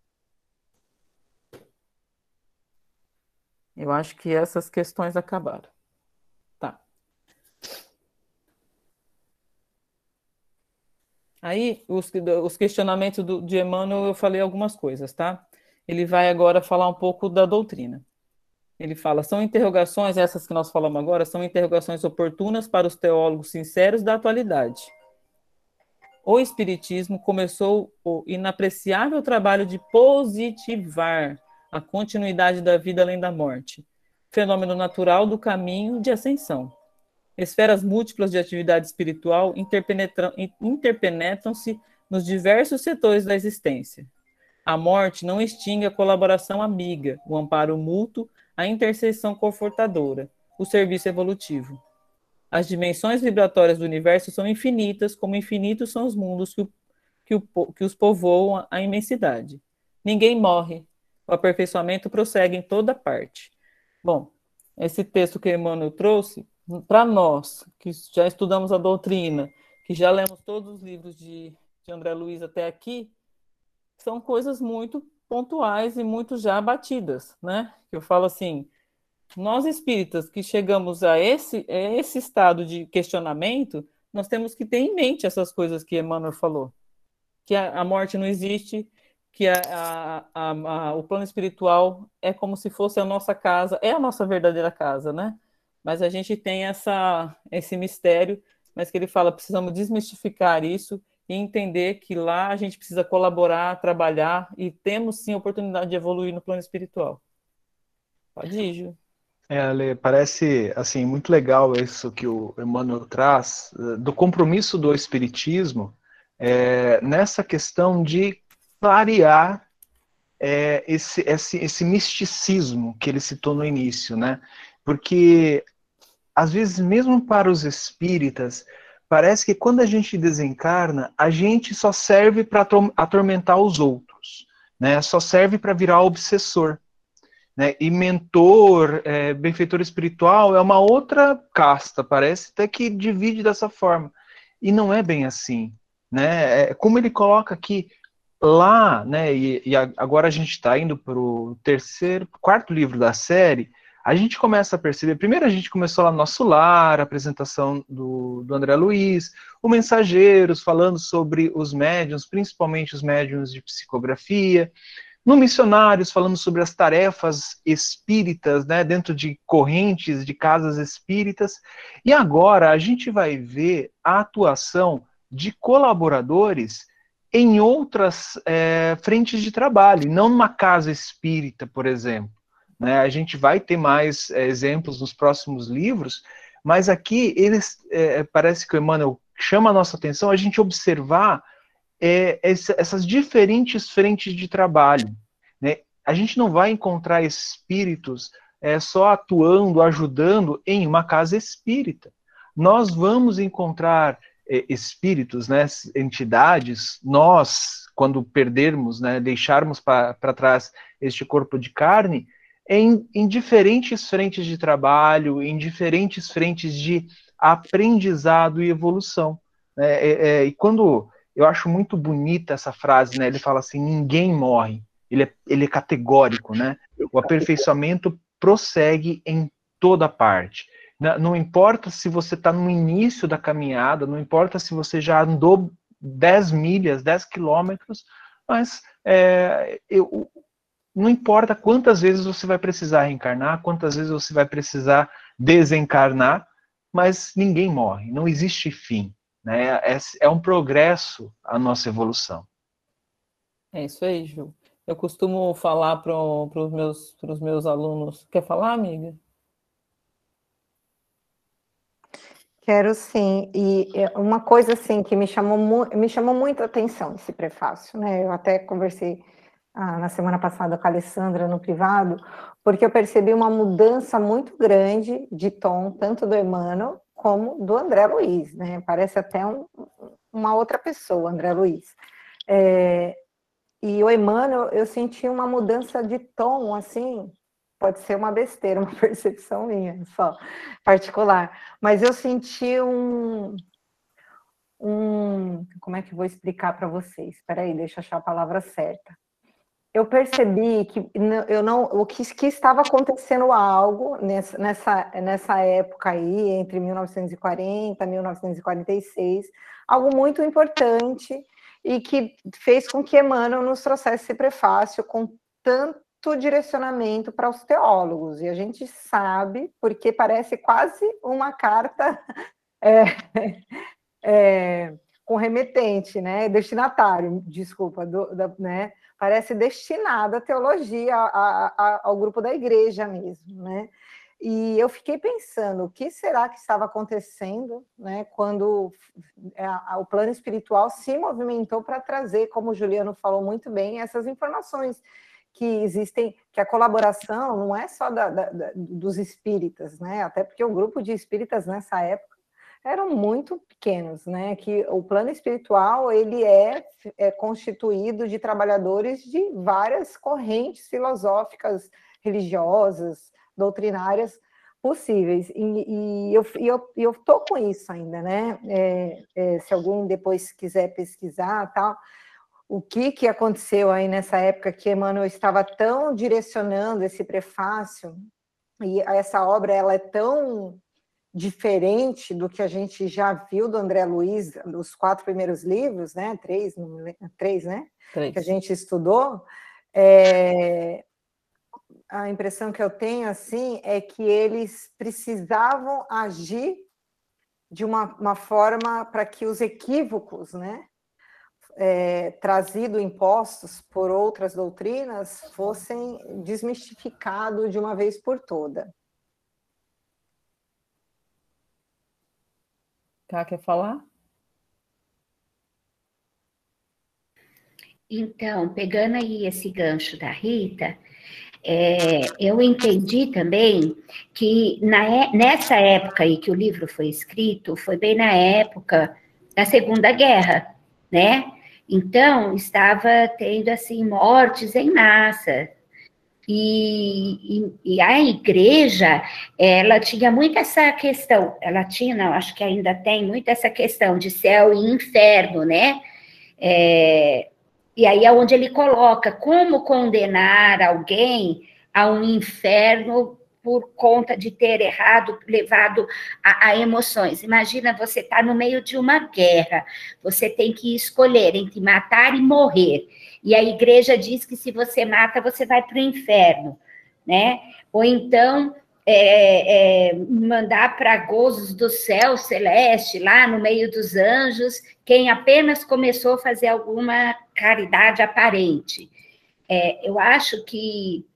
Eu acho que essas questões acabaram. Tá. Aí, os, os questionamentos do, de Emmanuel, eu falei algumas coisas, tá? Ele vai agora falar um pouco da doutrina. Ele fala, são interrogações, essas que nós falamos agora, são interrogações oportunas para os teólogos sinceros da atualidade. O Espiritismo começou o inapreciável trabalho de positivar a continuidade da vida além da morte, fenômeno natural do caminho de ascensão. Esferas múltiplas de atividade espiritual interpenetram-se nos diversos setores da existência. A morte não extingue a colaboração amiga, o amparo mútuo, a intercessão confortadora, o serviço evolutivo. As dimensões vibratórias do universo são infinitas, como infinitos são os mundos que, o, que, o, que os povoam a imensidade. Ninguém morre. O aperfeiçoamento prossegue em toda parte. Bom, esse texto que Emmanuel trouxe, para nós, que já estudamos a doutrina, que já lemos todos os livros de, de André Luiz até aqui, são coisas muito pontuais e muito já batidas, né? Eu falo assim, nós espíritas que chegamos a esse, a esse estado de questionamento, nós temos que ter em mente essas coisas que Emmanuel falou, que a, a morte não existe, que a, a, a, a, o plano espiritual é como se fosse a nossa casa, é a nossa verdadeira casa, né? Mas a gente tem essa, esse mistério, mas que ele fala, precisamos desmistificar isso e entender que lá a gente precisa colaborar, trabalhar, e temos sim a oportunidade de evoluir no plano espiritual. Pode ir, Ju. É, Ale, parece assim muito legal isso que o Emmanuel traz, do compromisso do Espiritismo é, nessa questão de clarear é, esse, esse, esse misticismo que ele citou no início, né? Porque, às vezes, mesmo para os espíritas, parece que quando a gente desencarna, a gente só serve para atormentar os outros, né? Só serve para virar obsessor. Né? E mentor, é, benfeitor espiritual é uma outra casta, parece até que divide dessa forma. E não é bem assim. Né? É, como ele coloca aqui, lá, né, e, e agora a gente está indo para o terceiro, quarto livro da série, a gente começa a perceber, primeiro a gente começou lá no Nosso Lar, a apresentação do, do André Luiz, o Mensageiros, falando sobre os médiuns, principalmente os médiuns de psicografia, no Missionários, falando sobre as tarefas espíritas, né, dentro de correntes de casas espíritas, e agora a gente vai ver a atuação de colaboradores em outras é, frentes de trabalho, não numa casa espírita, por exemplo. Né? A gente vai ter mais é, exemplos nos próximos livros, mas aqui eles é, parece que o Emmanuel chama a nossa atenção a gente observar É, essas diferentes frentes de trabalho. Né? A gente não vai encontrar espíritos é, só atuando, ajudando em uma casa espírita. Nós vamos encontrar é, espíritos, né, entidades, nós, quando perdermos, né, deixarmos para trás este corpo de carne, em, em diferentes frentes de trabalho, em diferentes frentes de aprendizado e evolução. Né? É, é, e quando... Eu acho muito bonita essa frase, né? Ele fala assim, ninguém morre. Ele é, ele é categórico, né? O aperfeiçoamento prossegue em toda parte. Não, não importa se você está no início da caminhada, não importa se você já andou dez milhas, dez quilômetros, mas é, eu, não importa quantas vezes você vai precisar reencarnar, quantas vezes você vai precisar desencarnar, mas ninguém morre, não existe fim. Né? É, é um progresso a nossa evolução. É isso aí, Ju. Eu costumo falar para os meus, pros meus alunos. Quer falar, amiga? Quero sim. E uma coisa assim que me chamou, me chamou muito a atenção esse prefácio, né? Eu até conversei ah, na semana passada com a Alessandra no privado, porque eu percebi uma mudança muito grande de tom, tanto do Emmanuel como do André Luiz, né? Parece até um, uma outra pessoa, André Luiz. É, e o Emmanuel, eu senti uma mudança de tom, assim, pode ser uma besteira, uma percepção minha, só, particular, mas eu senti um... um como é que eu vou explicar para vocês? Espera aí, deixa eu achar a palavra certa. Eu percebi que eu não, o que, que estava acontecendo algo nessa, nessa, nessa época aí, entre mil novecentos e quarenta e mil novecentos e quarenta e seis, algo muito importante e que fez com que Emmanuel nos trouxesse esse prefácio com tanto direcionamento para os teólogos. E a gente sabe, porque parece quase uma carta é, é, com remetente, né? Destinatário, desculpa, do, da, né? Parece destinada à teologia, a, a, ao grupo da igreja mesmo, né? E eu fiquei pensando, o que será que estava acontecendo, né, quando a, a, o plano espiritual se movimentou para trazer, como o Juliano falou muito bem, essas informações que existem, que a colaboração não é só da, da, da, dos espíritas, né, até porque o grupo de espíritas nessa época eram muito pequenos, né, que o plano espiritual, ele é, é constituído de trabalhadores de várias correntes filosóficas, religiosas, doutrinárias possíveis, e, e eu estou eu, eu tô com isso ainda, né, é, é, se alguém depois quiser pesquisar, tal, o que, que aconteceu aí nessa época que Emmanuel estava tão direcionando esse prefácio, e essa obra, ela é tão diferente do que a gente já viu do André Luiz, dos quatro primeiros livros, né, três, três, né, três. Que a gente estudou, é, a impressão que eu tenho, assim, é que eles precisavam agir de uma, uma forma para que os equívocos, né, é, trazidos, impostos por outras doutrinas, fossem desmistificados de uma vez por toda. Tá, quer falar? Então, pegando aí esse gancho da Rita, é, eu entendi também que na, nessa época aí que o livro foi escrito, foi bem na época da Segunda Guerra, né? Então, estava tendo, assim, mortes em massa. E, e, e a igreja, ela tinha muito essa questão, ela tinha, não, acho que ainda tem muito essa questão de céu e inferno, né? É, e aí é onde ele coloca como condenar alguém a um inferno por conta de ter errado, levado a, a emoções. Imagina, você está no meio de uma guerra, você tem que escolher entre matar e morrer. E a igreja diz que se você mata, você vai para o inferno, né? Ou então é, é, mandar para gozos do céu celeste, lá no meio dos anjos, quem apenas começou a fazer alguma caridade aparente. É, eu acho que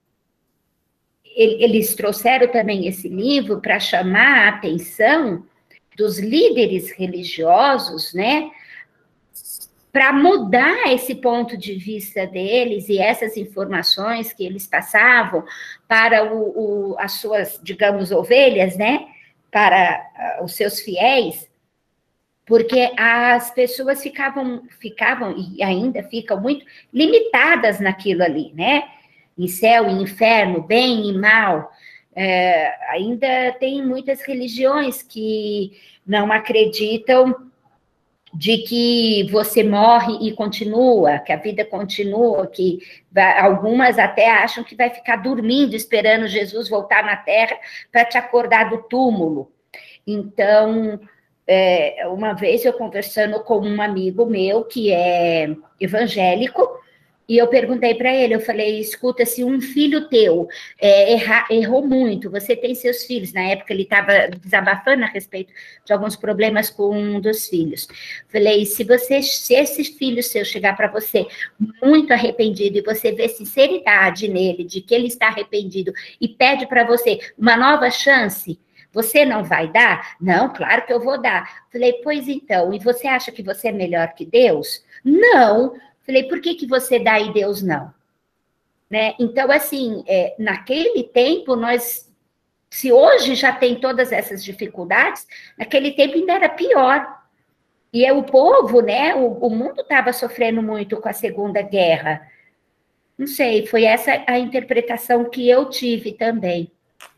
eles trouxeram também esse livro para chamar a atenção dos líderes religiosos, né, para mudar esse ponto de vista deles e essas informações que eles passavam para o, o, as suas, digamos, ovelhas, né, para os seus fiéis, porque as pessoas ficavam, ficavam e ainda ficam muito limitadas naquilo ali, né, em céu e inferno, bem e mal. É, ainda tem muitas religiões que não acreditam de que você morre e continua, que a vida continua, que vai, algumas até acham que vai ficar dormindo, esperando Jesus voltar na Terra para te acordar do túmulo. Então, é, uma vez eu conversando com um amigo meu que é evangélico, e eu perguntei para ele, eu falei, escuta, se um filho teu é, erra, errou muito, você tem seus filhos, na época ele estava desabafando a respeito de alguns problemas com um dos filhos. Falei, se você, se esse filho seu chegar para você muito arrependido e você vê sinceridade nele, de que ele está arrependido e pede para você uma nova chance, você não vai dar? Não, claro que eu vou dar. Falei, pois então, e você acha que você é melhor que Deus? Não. Falei, por que, que você dá e Deus não? Né? Então, assim, é, naquele tempo, nós, se hoje já tem todas essas dificuldades, naquele tempo ainda era pior. E é o povo, né, o, o mundo estava sofrendo muito com a Segunda Guerra. Não sei, foi essa a interpretação que eu tive também.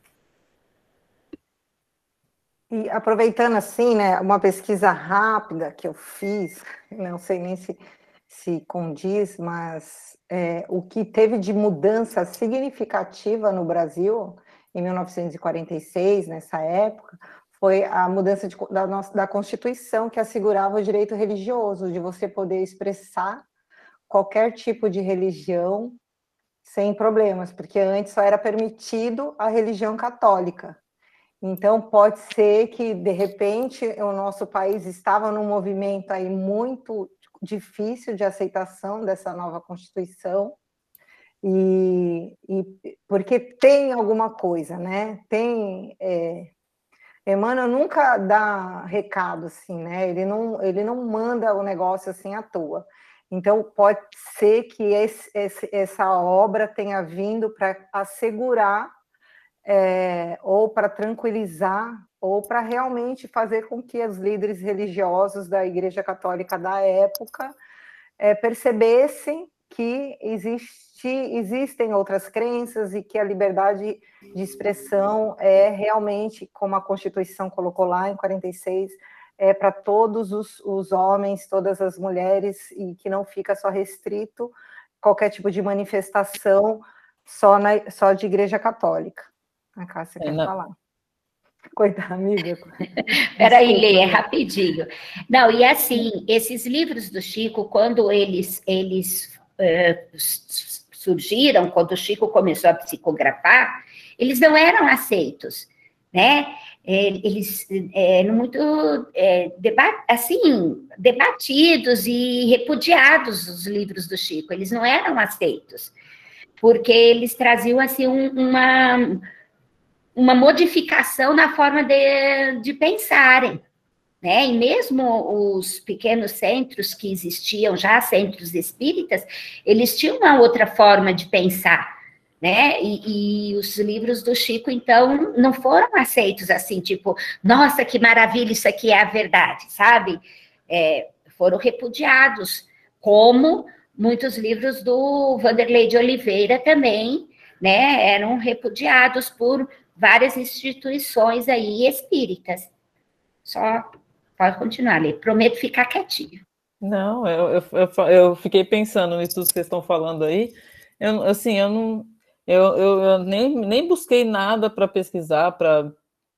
E aproveitando assim, né, uma pesquisa rápida que eu fiz, não sei nem se se condiz, mas é, o que teve de mudança significativa no Brasil em mil novecentos e quarenta e seis, nessa época, foi a mudança de, da, nossa, da Constituição, que assegurava o direito religioso, de você poder expressar qualquer tipo de religião sem problemas, porque antes só era permitido a religião católica. Então, pode ser que, de repente, o nosso país estava num movimento aí muito difícil de aceitação dessa nova Constituição, E, e porque tem alguma coisa, né? Tem... É, Emmanuel nunca dá recado, assim, né? Ele não, ele não manda o negócio assim à toa. Então, pode ser que esse, esse, essa obra tenha vindo para assegurar, é, ou para tranquilizar, ou para realmente fazer com que os líderes religiosos da Igreja Católica da época é, percebessem que existe, existem outras crenças e que a liberdade de expressão é realmente, como a Constituição colocou lá em quarenta e seis, é para todos os, os homens, todas as mulheres, e que não fica só restrito qualquer tipo de manifestação só, na, só de Igreja Católica. A Cássia É, quer na- falar. Coitada, amiga. Peraí, Desculpa, Lê, amiga. rapidinho. Não, e assim, esses livros do Chico, quando eles, eles eh, s- surgiram, quando o Chico começou a psicografar, eles não eram aceitos, né? Eh, Eles eh, eram muito eh, deba- assim, debatidos e repudiados, os livros do Chico, eles não eram aceitos, porque eles traziam assim um- uma uma modificação na forma de, de pensarem, né? E mesmo os pequenos centros que existiam, já centros espíritas, eles tinham uma outra forma de pensar, né? E, e os livros do Chico, então, não foram aceitos assim, tipo, nossa, que maravilha, isso aqui é a verdade, sabe? É, foram repudiados, como muitos livros do Vanderlei de Oliveira também, né? Eram repudiados por várias instituições aí espíritas. Só pode continuar, Lê. Prometo ficar quietinho. Não, eu, eu, eu, eu fiquei pensando nisso tudo que vocês estão falando aí. Eu, assim, eu não, eu, eu, eu nem, nem busquei nada para pesquisar, para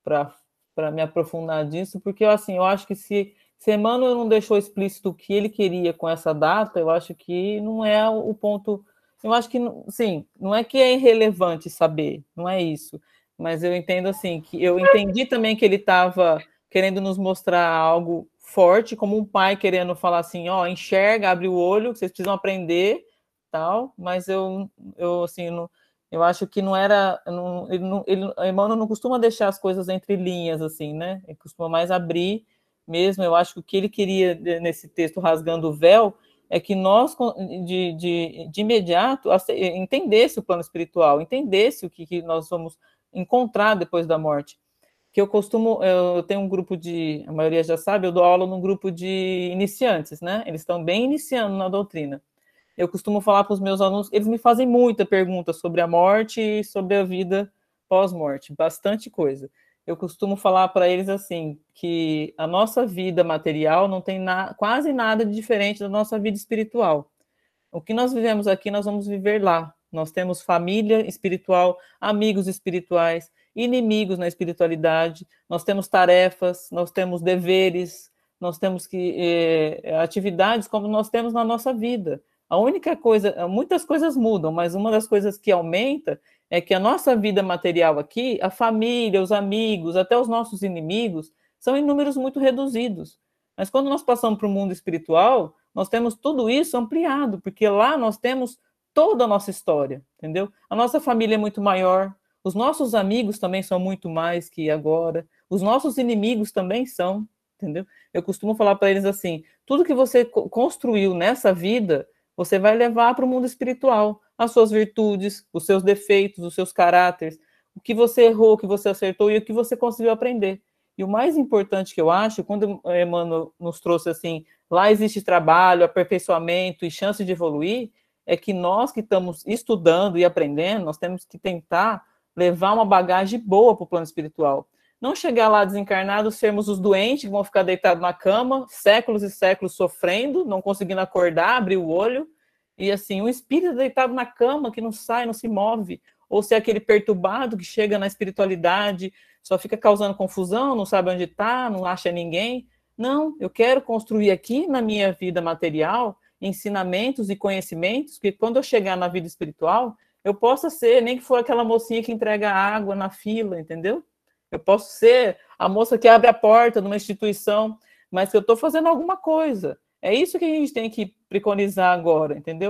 para me aprofundar disso, porque assim, eu acho que se, se Emmanuel não deixou explícito o que ele queria com essa data, eu acho que não é o ponto. Eu acho que, sim, não é que é irrelevante saber, não é isso. Mas eu entendo assim, que eu entendi também que ele estava querendo nos mostrar algo forte, como um pai querendo falar assim, ó, enxerga, abre o olho, vocês precisam aprender, tal, mas eu, eu assim, não, eu acho que não era, não, ele não, ele, Emmanuel não costuma deixar as coisas entre linhas, assim, né, ele costuma mais abrir mesmo, eu acho que o que ele queria nesse texto, Rasgando o Véu, é que nós, de, de, de imediato, entendesse o plano espiritual, entendesse o que, que nós vamos encontrar depois da morte. Que eu costumo, eu tenho um grupo de, a maioria já sabe, eu dou aula num grupo de iniciantes, né? Eles estão bem iniciando na doutrina. Eu costumo falar para os meus alunos, eles me fazem muita pergunta sobre a morte e sobre a vida pós-morte, bastante coisa. Eu costumo falar para eles assim, que a nossa vida material não tem na, quase nada de diferente da nossa vida espiritual. O que nós vivemos aqui, nós vamos viver lá. Nós temos família espiritual, amigos espirituais, inimigos na espiritualidade, nós temos tarefas, nós temos deveres, nós temos que eh, atividades como nós temos na nossa vida. A única coisa, muitas coisas mudam, mas uma das coisas que aumenta é que a nossa vida material aqui, a família, os amigos, até os nossos inimigos, são em números muito reduzidos. Mas quando nós passamos para o mundo espiritual, nós temos tudo isso ampliado, porque lá nós temos toda a nossa história, entendeu? A nossa família é muito maior, os nossos amigos também são muito mais que agora, os nossos inimigos também são, entendeu? Eu costumo falar para eles assim, tudo que você construiu nessa vida, você vai levar para o mundo espiritual, as suas virtudes, os seus defeitos, os seus caráteres, o que você errou, o que você acertou e o que você conseguiu aprender. E o mais importante que eu acho, quando o Emmanuel nos trouxe assim, lá existe trabalho, aperfeiçoamento e chance de evoluir, é que nós que estamos estudando e aprendendo, nós temos que tentar levar uma bagagem boa para o plano espiritual. Não chegar lá desencarnados, sermos os doentes que vão ficar deitados na cama, séculos e séculos sofrendo, não conseguindo acordar, abrir o olho, e assim, um espírito deitado na cama que não sai, não se move, ou ser aquele perturbado que chega na espiritualidade, só fica causando confusão, não sabe onde está, não acha ninguém. Não, eu quero construir aqui na minha vida material ensinamentos e conhecimentos que quando eu chegar na vida espiritual, eu possa ser, nem que for aquela mocinha que entrega água na fila, entendeu? Eu posso ser a moça que abre a porta numa instituição, mas que eu estou fazendo alguma coisa. É isso que a gente tem que preconizar agora, entendeu?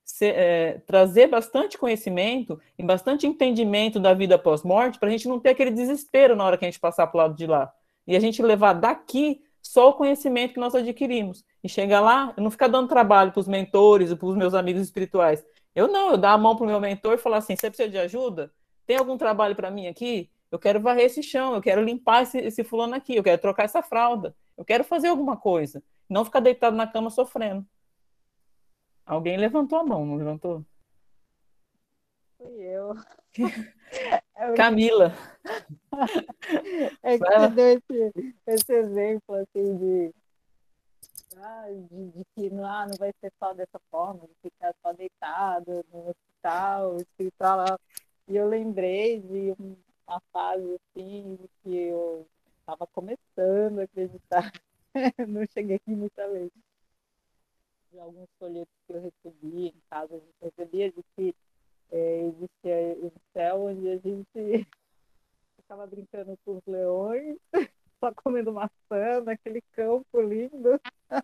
ser, é, trazer bastante conhecimento e bastante entendimento da vida pós-morte para a gente não ter aquele desespero na hora que a gente passar para o lado de lá. E a gente levar daqui só o conhecimento que nós adquirimos. E chegar lá, eu não ficar dando trabalho para os mentores e para os meus amigos espirituais. Eu não, eu dar a mão para o meu mentor e falar assim, você precisa de ajuda? Tem algum trabalho para mim aqui? Eu quero varrer esse chão, eu quero limpar esse, esse fulano aqui, eu quero trocar essa fralda, eu quero fazer alguma coisa. Não ficar deitado na cama sofrendo. Alguém levantou a mão, não levantou? Fui eu. Camila. É que você deu esse, esse exemplo assim de, ah, de, de que ah, não vai ser só dessa forma, de ficar só deitado no hospital, espiritual lá. E eu lembrei de uma fase assim que eu estava começando a acreditar, não cheguei aqui muita vez, de alguns folhetos que eu recebi em casa, a gente recebia de que é, existia um céu onde a gente ficava brincando com os leões, só comendo maçã naquele campo lindo.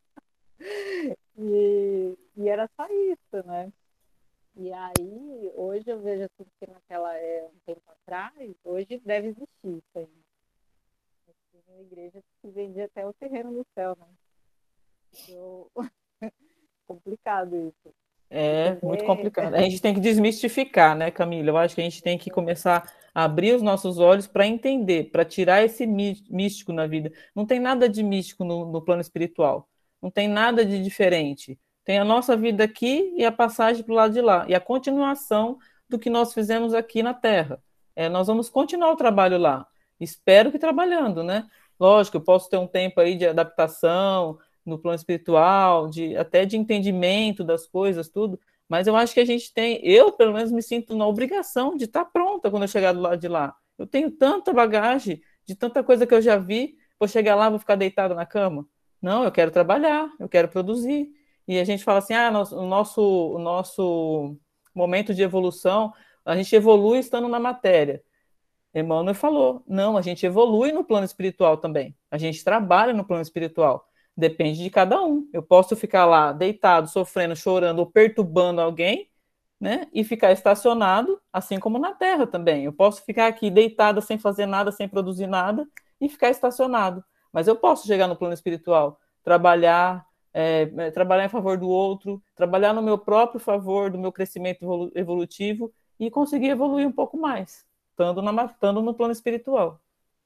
E, e era só isso, né? E aí, hoje eu vejo assim que naquela é, um tempo atrás, hoje deve existir isso aí. Tinha uma igreja que vendia até o terreno no céu, né? Eu... complicado isso. É muito complicado. A gente tem que desmistificar, né, Camila? Eu acho que a gente tem que começar a abrir os nossos olhos para entender, para tirar esse místico na vida. Não tem nada de místico no, no plano espiritual. Não tem nada de diferente. Tem a nossa vida aqui e a passagem para o lado de lá. E a continuação do que nós fizemos aqui na Terra. É, nós vamos continuar o trabalho lá. Espero que trabalhando, né? Lógico, eu posso ter um tempo aí de adaptação no plano espiritual, de, até de entendimento das coisas, tudo, mas eu acho que a gente tem, eu pelo menos me sinto na obrigação de estar pronta quando eu chegar do lado de lá. Eu tenho tanta bagagem, de tanta coisa que eu já vi, vou chegar lá, vou ficar deitado na cama? Não, eu quero trabalhar, eu quero produzir. E a gente fala assim, ah, o nosso, o nosso momento de evolução, a gente evolui estando na matéria. Emmanuel falou, não, a gente evolui no plano espiritual também, a gente trabalha no plano espiritual. Depende de cada um. Eu posso ficar lá deitado, sofrendo, chorando ou perturbando alguém, né? E ficar estacionado, assim como na Terra também. Eu posso ficar aqui deitada sem fazer nada, sem produzir nada e ficar estacionado. Mas eu posso chegar no plano espiritual, trabalhar, é, trabalhar em favor do outro, trabalhar no meu próprio favor, do meu crescimento evolutivo e conseguir evoluir um pouco mais, estando, na, estando no plano espiritual.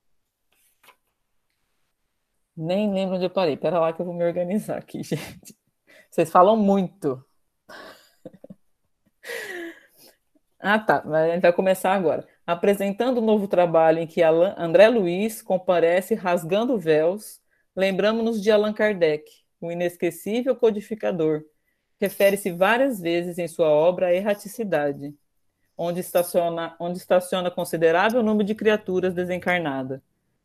Nem lembro onde eu parei. Pera lá que eu vou me organizar aqui, gente. Vocês falam muito. Ah, tá. A gente vai começar agora. Apresentando um novo trabalho em que Alan, André Luiz comparece rasgando véus, lembramos-nos de Allan Kardec, o inesquecível codificador. Refere-se várias vezes em sua obra à erraticidade, onde estaciona, onde estaciona considerável número de criaturas desencarnadas.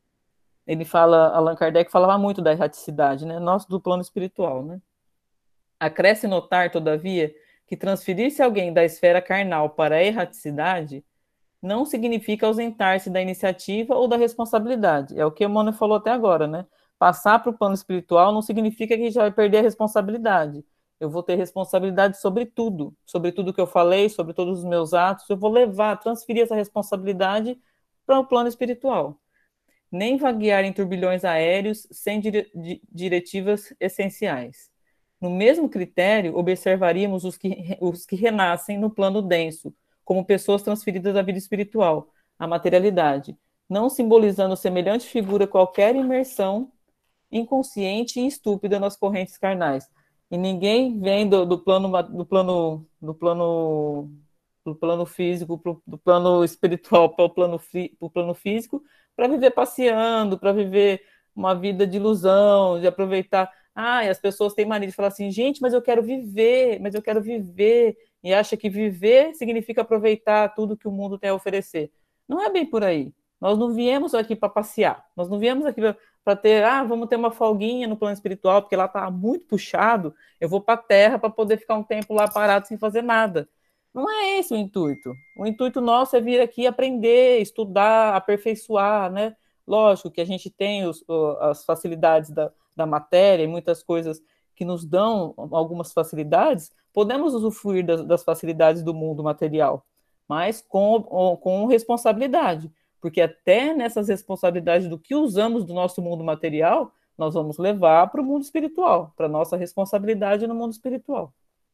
Ele fala, Allan Kardec falava muito da erraticidade, né? Nós do plano espiritual, né? Acresce notar, todavia, que transferir-se alguém da esfera carnal para a erraticidade não significa ausentar-se da iniciativa ou da responsabilidade. É o que o Emmanuel falou até agora, né? Passar para o plano espiritual não significa que a gente vai perder a responsabilidade. Eu vou ter responsabilidade sobre tudo, sobre tudo que eu falei, sobre todos os meus atos. Eu vou levar, transferir essa responsabilidade para o plano espiritual. Nem vaguear em turbilhões aéreos sem dire diretivas essenciais. No mesmo critério, observaríamos os que, os que renascem no plano denso, como pessoas transferidas da vida espiritual, à materialidade, não simbolizando semelhante figura qualquer imersão inconsciente e estúpida nas correntes carnais. E ninguém vem do, do plano do plano do plano do plano físico, pro, do plano espiritual para o plano, plano físico, para viver passeando, para viver uma vida de ilusão, de aproveitar. Ah, e as pessoas têm mania de falar assim, gente, mas eu quero viver, mas eu quero viver, e acha que viver significa aproveitar tudo que o mundo tem a oferecer. Não é bem por aí. Nós não viemos aqui para passear, nós não viemos aqui para ter, ah, vamos ter uma folguinha no plano espiritual, porque lá está muito puxado, eu vou para a Terra para poder ficar um tempo lá parado sem fazer nada. Não é esse o intuito. O intuito nosso é vir aqui aprender, estudar, aperfeiçoar, né? Lógico que a gente tem os, as facilidades da, da matéria e muitas coisas que nos dão algumas facilidades, podemos usufruir das, das facilidades do mundo material, mas com, com responsabilidade, porque até nessas responsabilidades do que usamos do nosso mundo material, nós vamos levar para o mundo espiritual, para a nossa responsabilidade no mundo espiritual.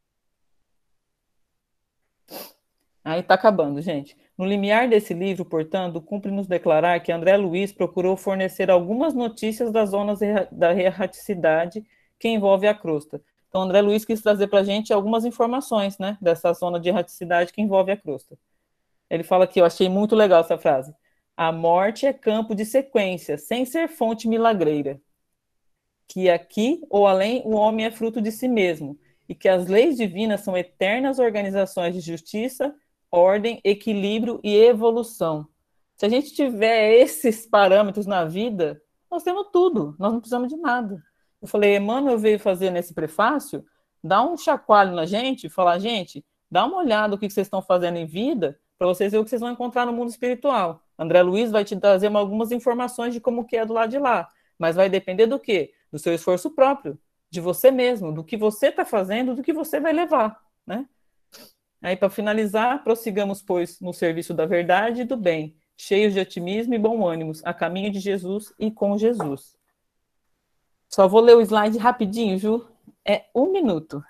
Aí está acabando, gente. No limiar desse livro, portanto, cumpre-nos declarar que André Luiz procurou fornecer algumas notícias das zonas da erraticidade que envolve a crosta. Então, André Luiz quis trazer para a gente algumas informações, né, dessa zona de erraticidade que envolve a crosta. Ele fala aqui, eu achei muito legal essa frase: a morte é campo de sequência, sem ser fonte milagreira. Que aqui ou além o homem é fruto de si mesmo, e que as leis divinas são eternas organizações de justiça, ordem, equilíbrio e evolução. Se a gente tiver esses parâmetros na vida, nós temos tudo, nós não precisamos de nada. Eu falei, Emmanuel veio fazer nesse prefácio, dar um chacoalho na gente, falar, gente, dá uma olhada no que vocês estão fazendo em vida, para vocês verem o que vocês vão encontrar no mundo espiritual. André Luiz vai te trazer algumas informações de como que é do lado de lá, mas vai depender do quê? Do seu esforço próprio, de você mesmo, do que você está fazendo, do que você vai levar, né? Aí, para finalizar, prossigamos, pois, no serviço da verdade e do bem, cheios de otimismo e bom ânimo, a caminho de Jesus e com Jesus. Só vou ler o slide rapidinho, Ju. É um minuto.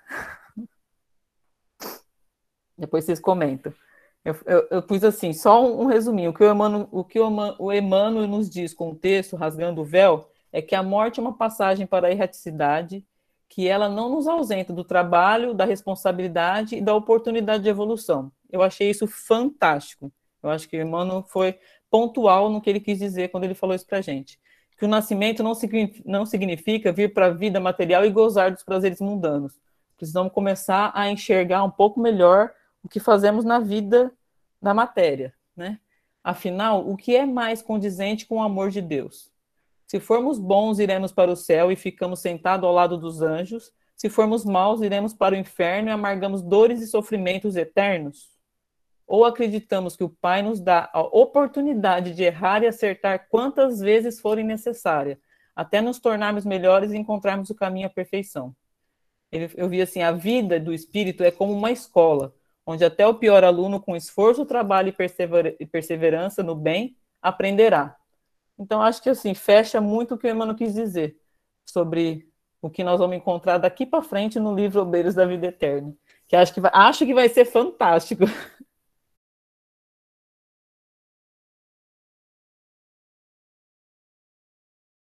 Depois vocês comentam. Eu, eu, eu pus assim, só um, um resuminho. O que o Emmanuel, o que o Emmanuel nos diz com o texto, rasgando o véu, é que a morte é uma passagem para a erraticidade, que ela não nos ausenta do trabalho, da responsabilidade e da oportunidade de evolução. Eu achei isso fantástico. Eu acho que o Emmanuel foi pontual no que ele quis dizer quando ele falou isso para a gente. Que o nascimento não, não significa vir para a vida material e gozar dos prazeres mundanos. Precisamos começar a enxergar um pouco melhor o que fazemos na vida da matéria, né? Afinal, o que é mais condizente com o amor de Deus? Se formos bons, iremos para o céu e ficamos sentados ao lado dos anjos. Se formos maus, iremos para o inferno e amargamos dores e sofrimentos eternos? Ou acreditamos que o Pai nos dá a oportunidade de errar e acertar quantas vezes forem necessárias, até nos tornarmos melhores e encontrarmos o caminho à perfeição? Eu vi assim, a vida do espírito é como uma escola, onde até o pior aluno, com esforço, trabalho e perseverança no bem, aprenderá. Então, acho que assim, fecha muito o que o Emmanuel quis dizer sobre o que nós vamos encontrar daqui para frente no livro Obreiros da Vida Eterna, que acho que vai, acho que vai ser fantástico.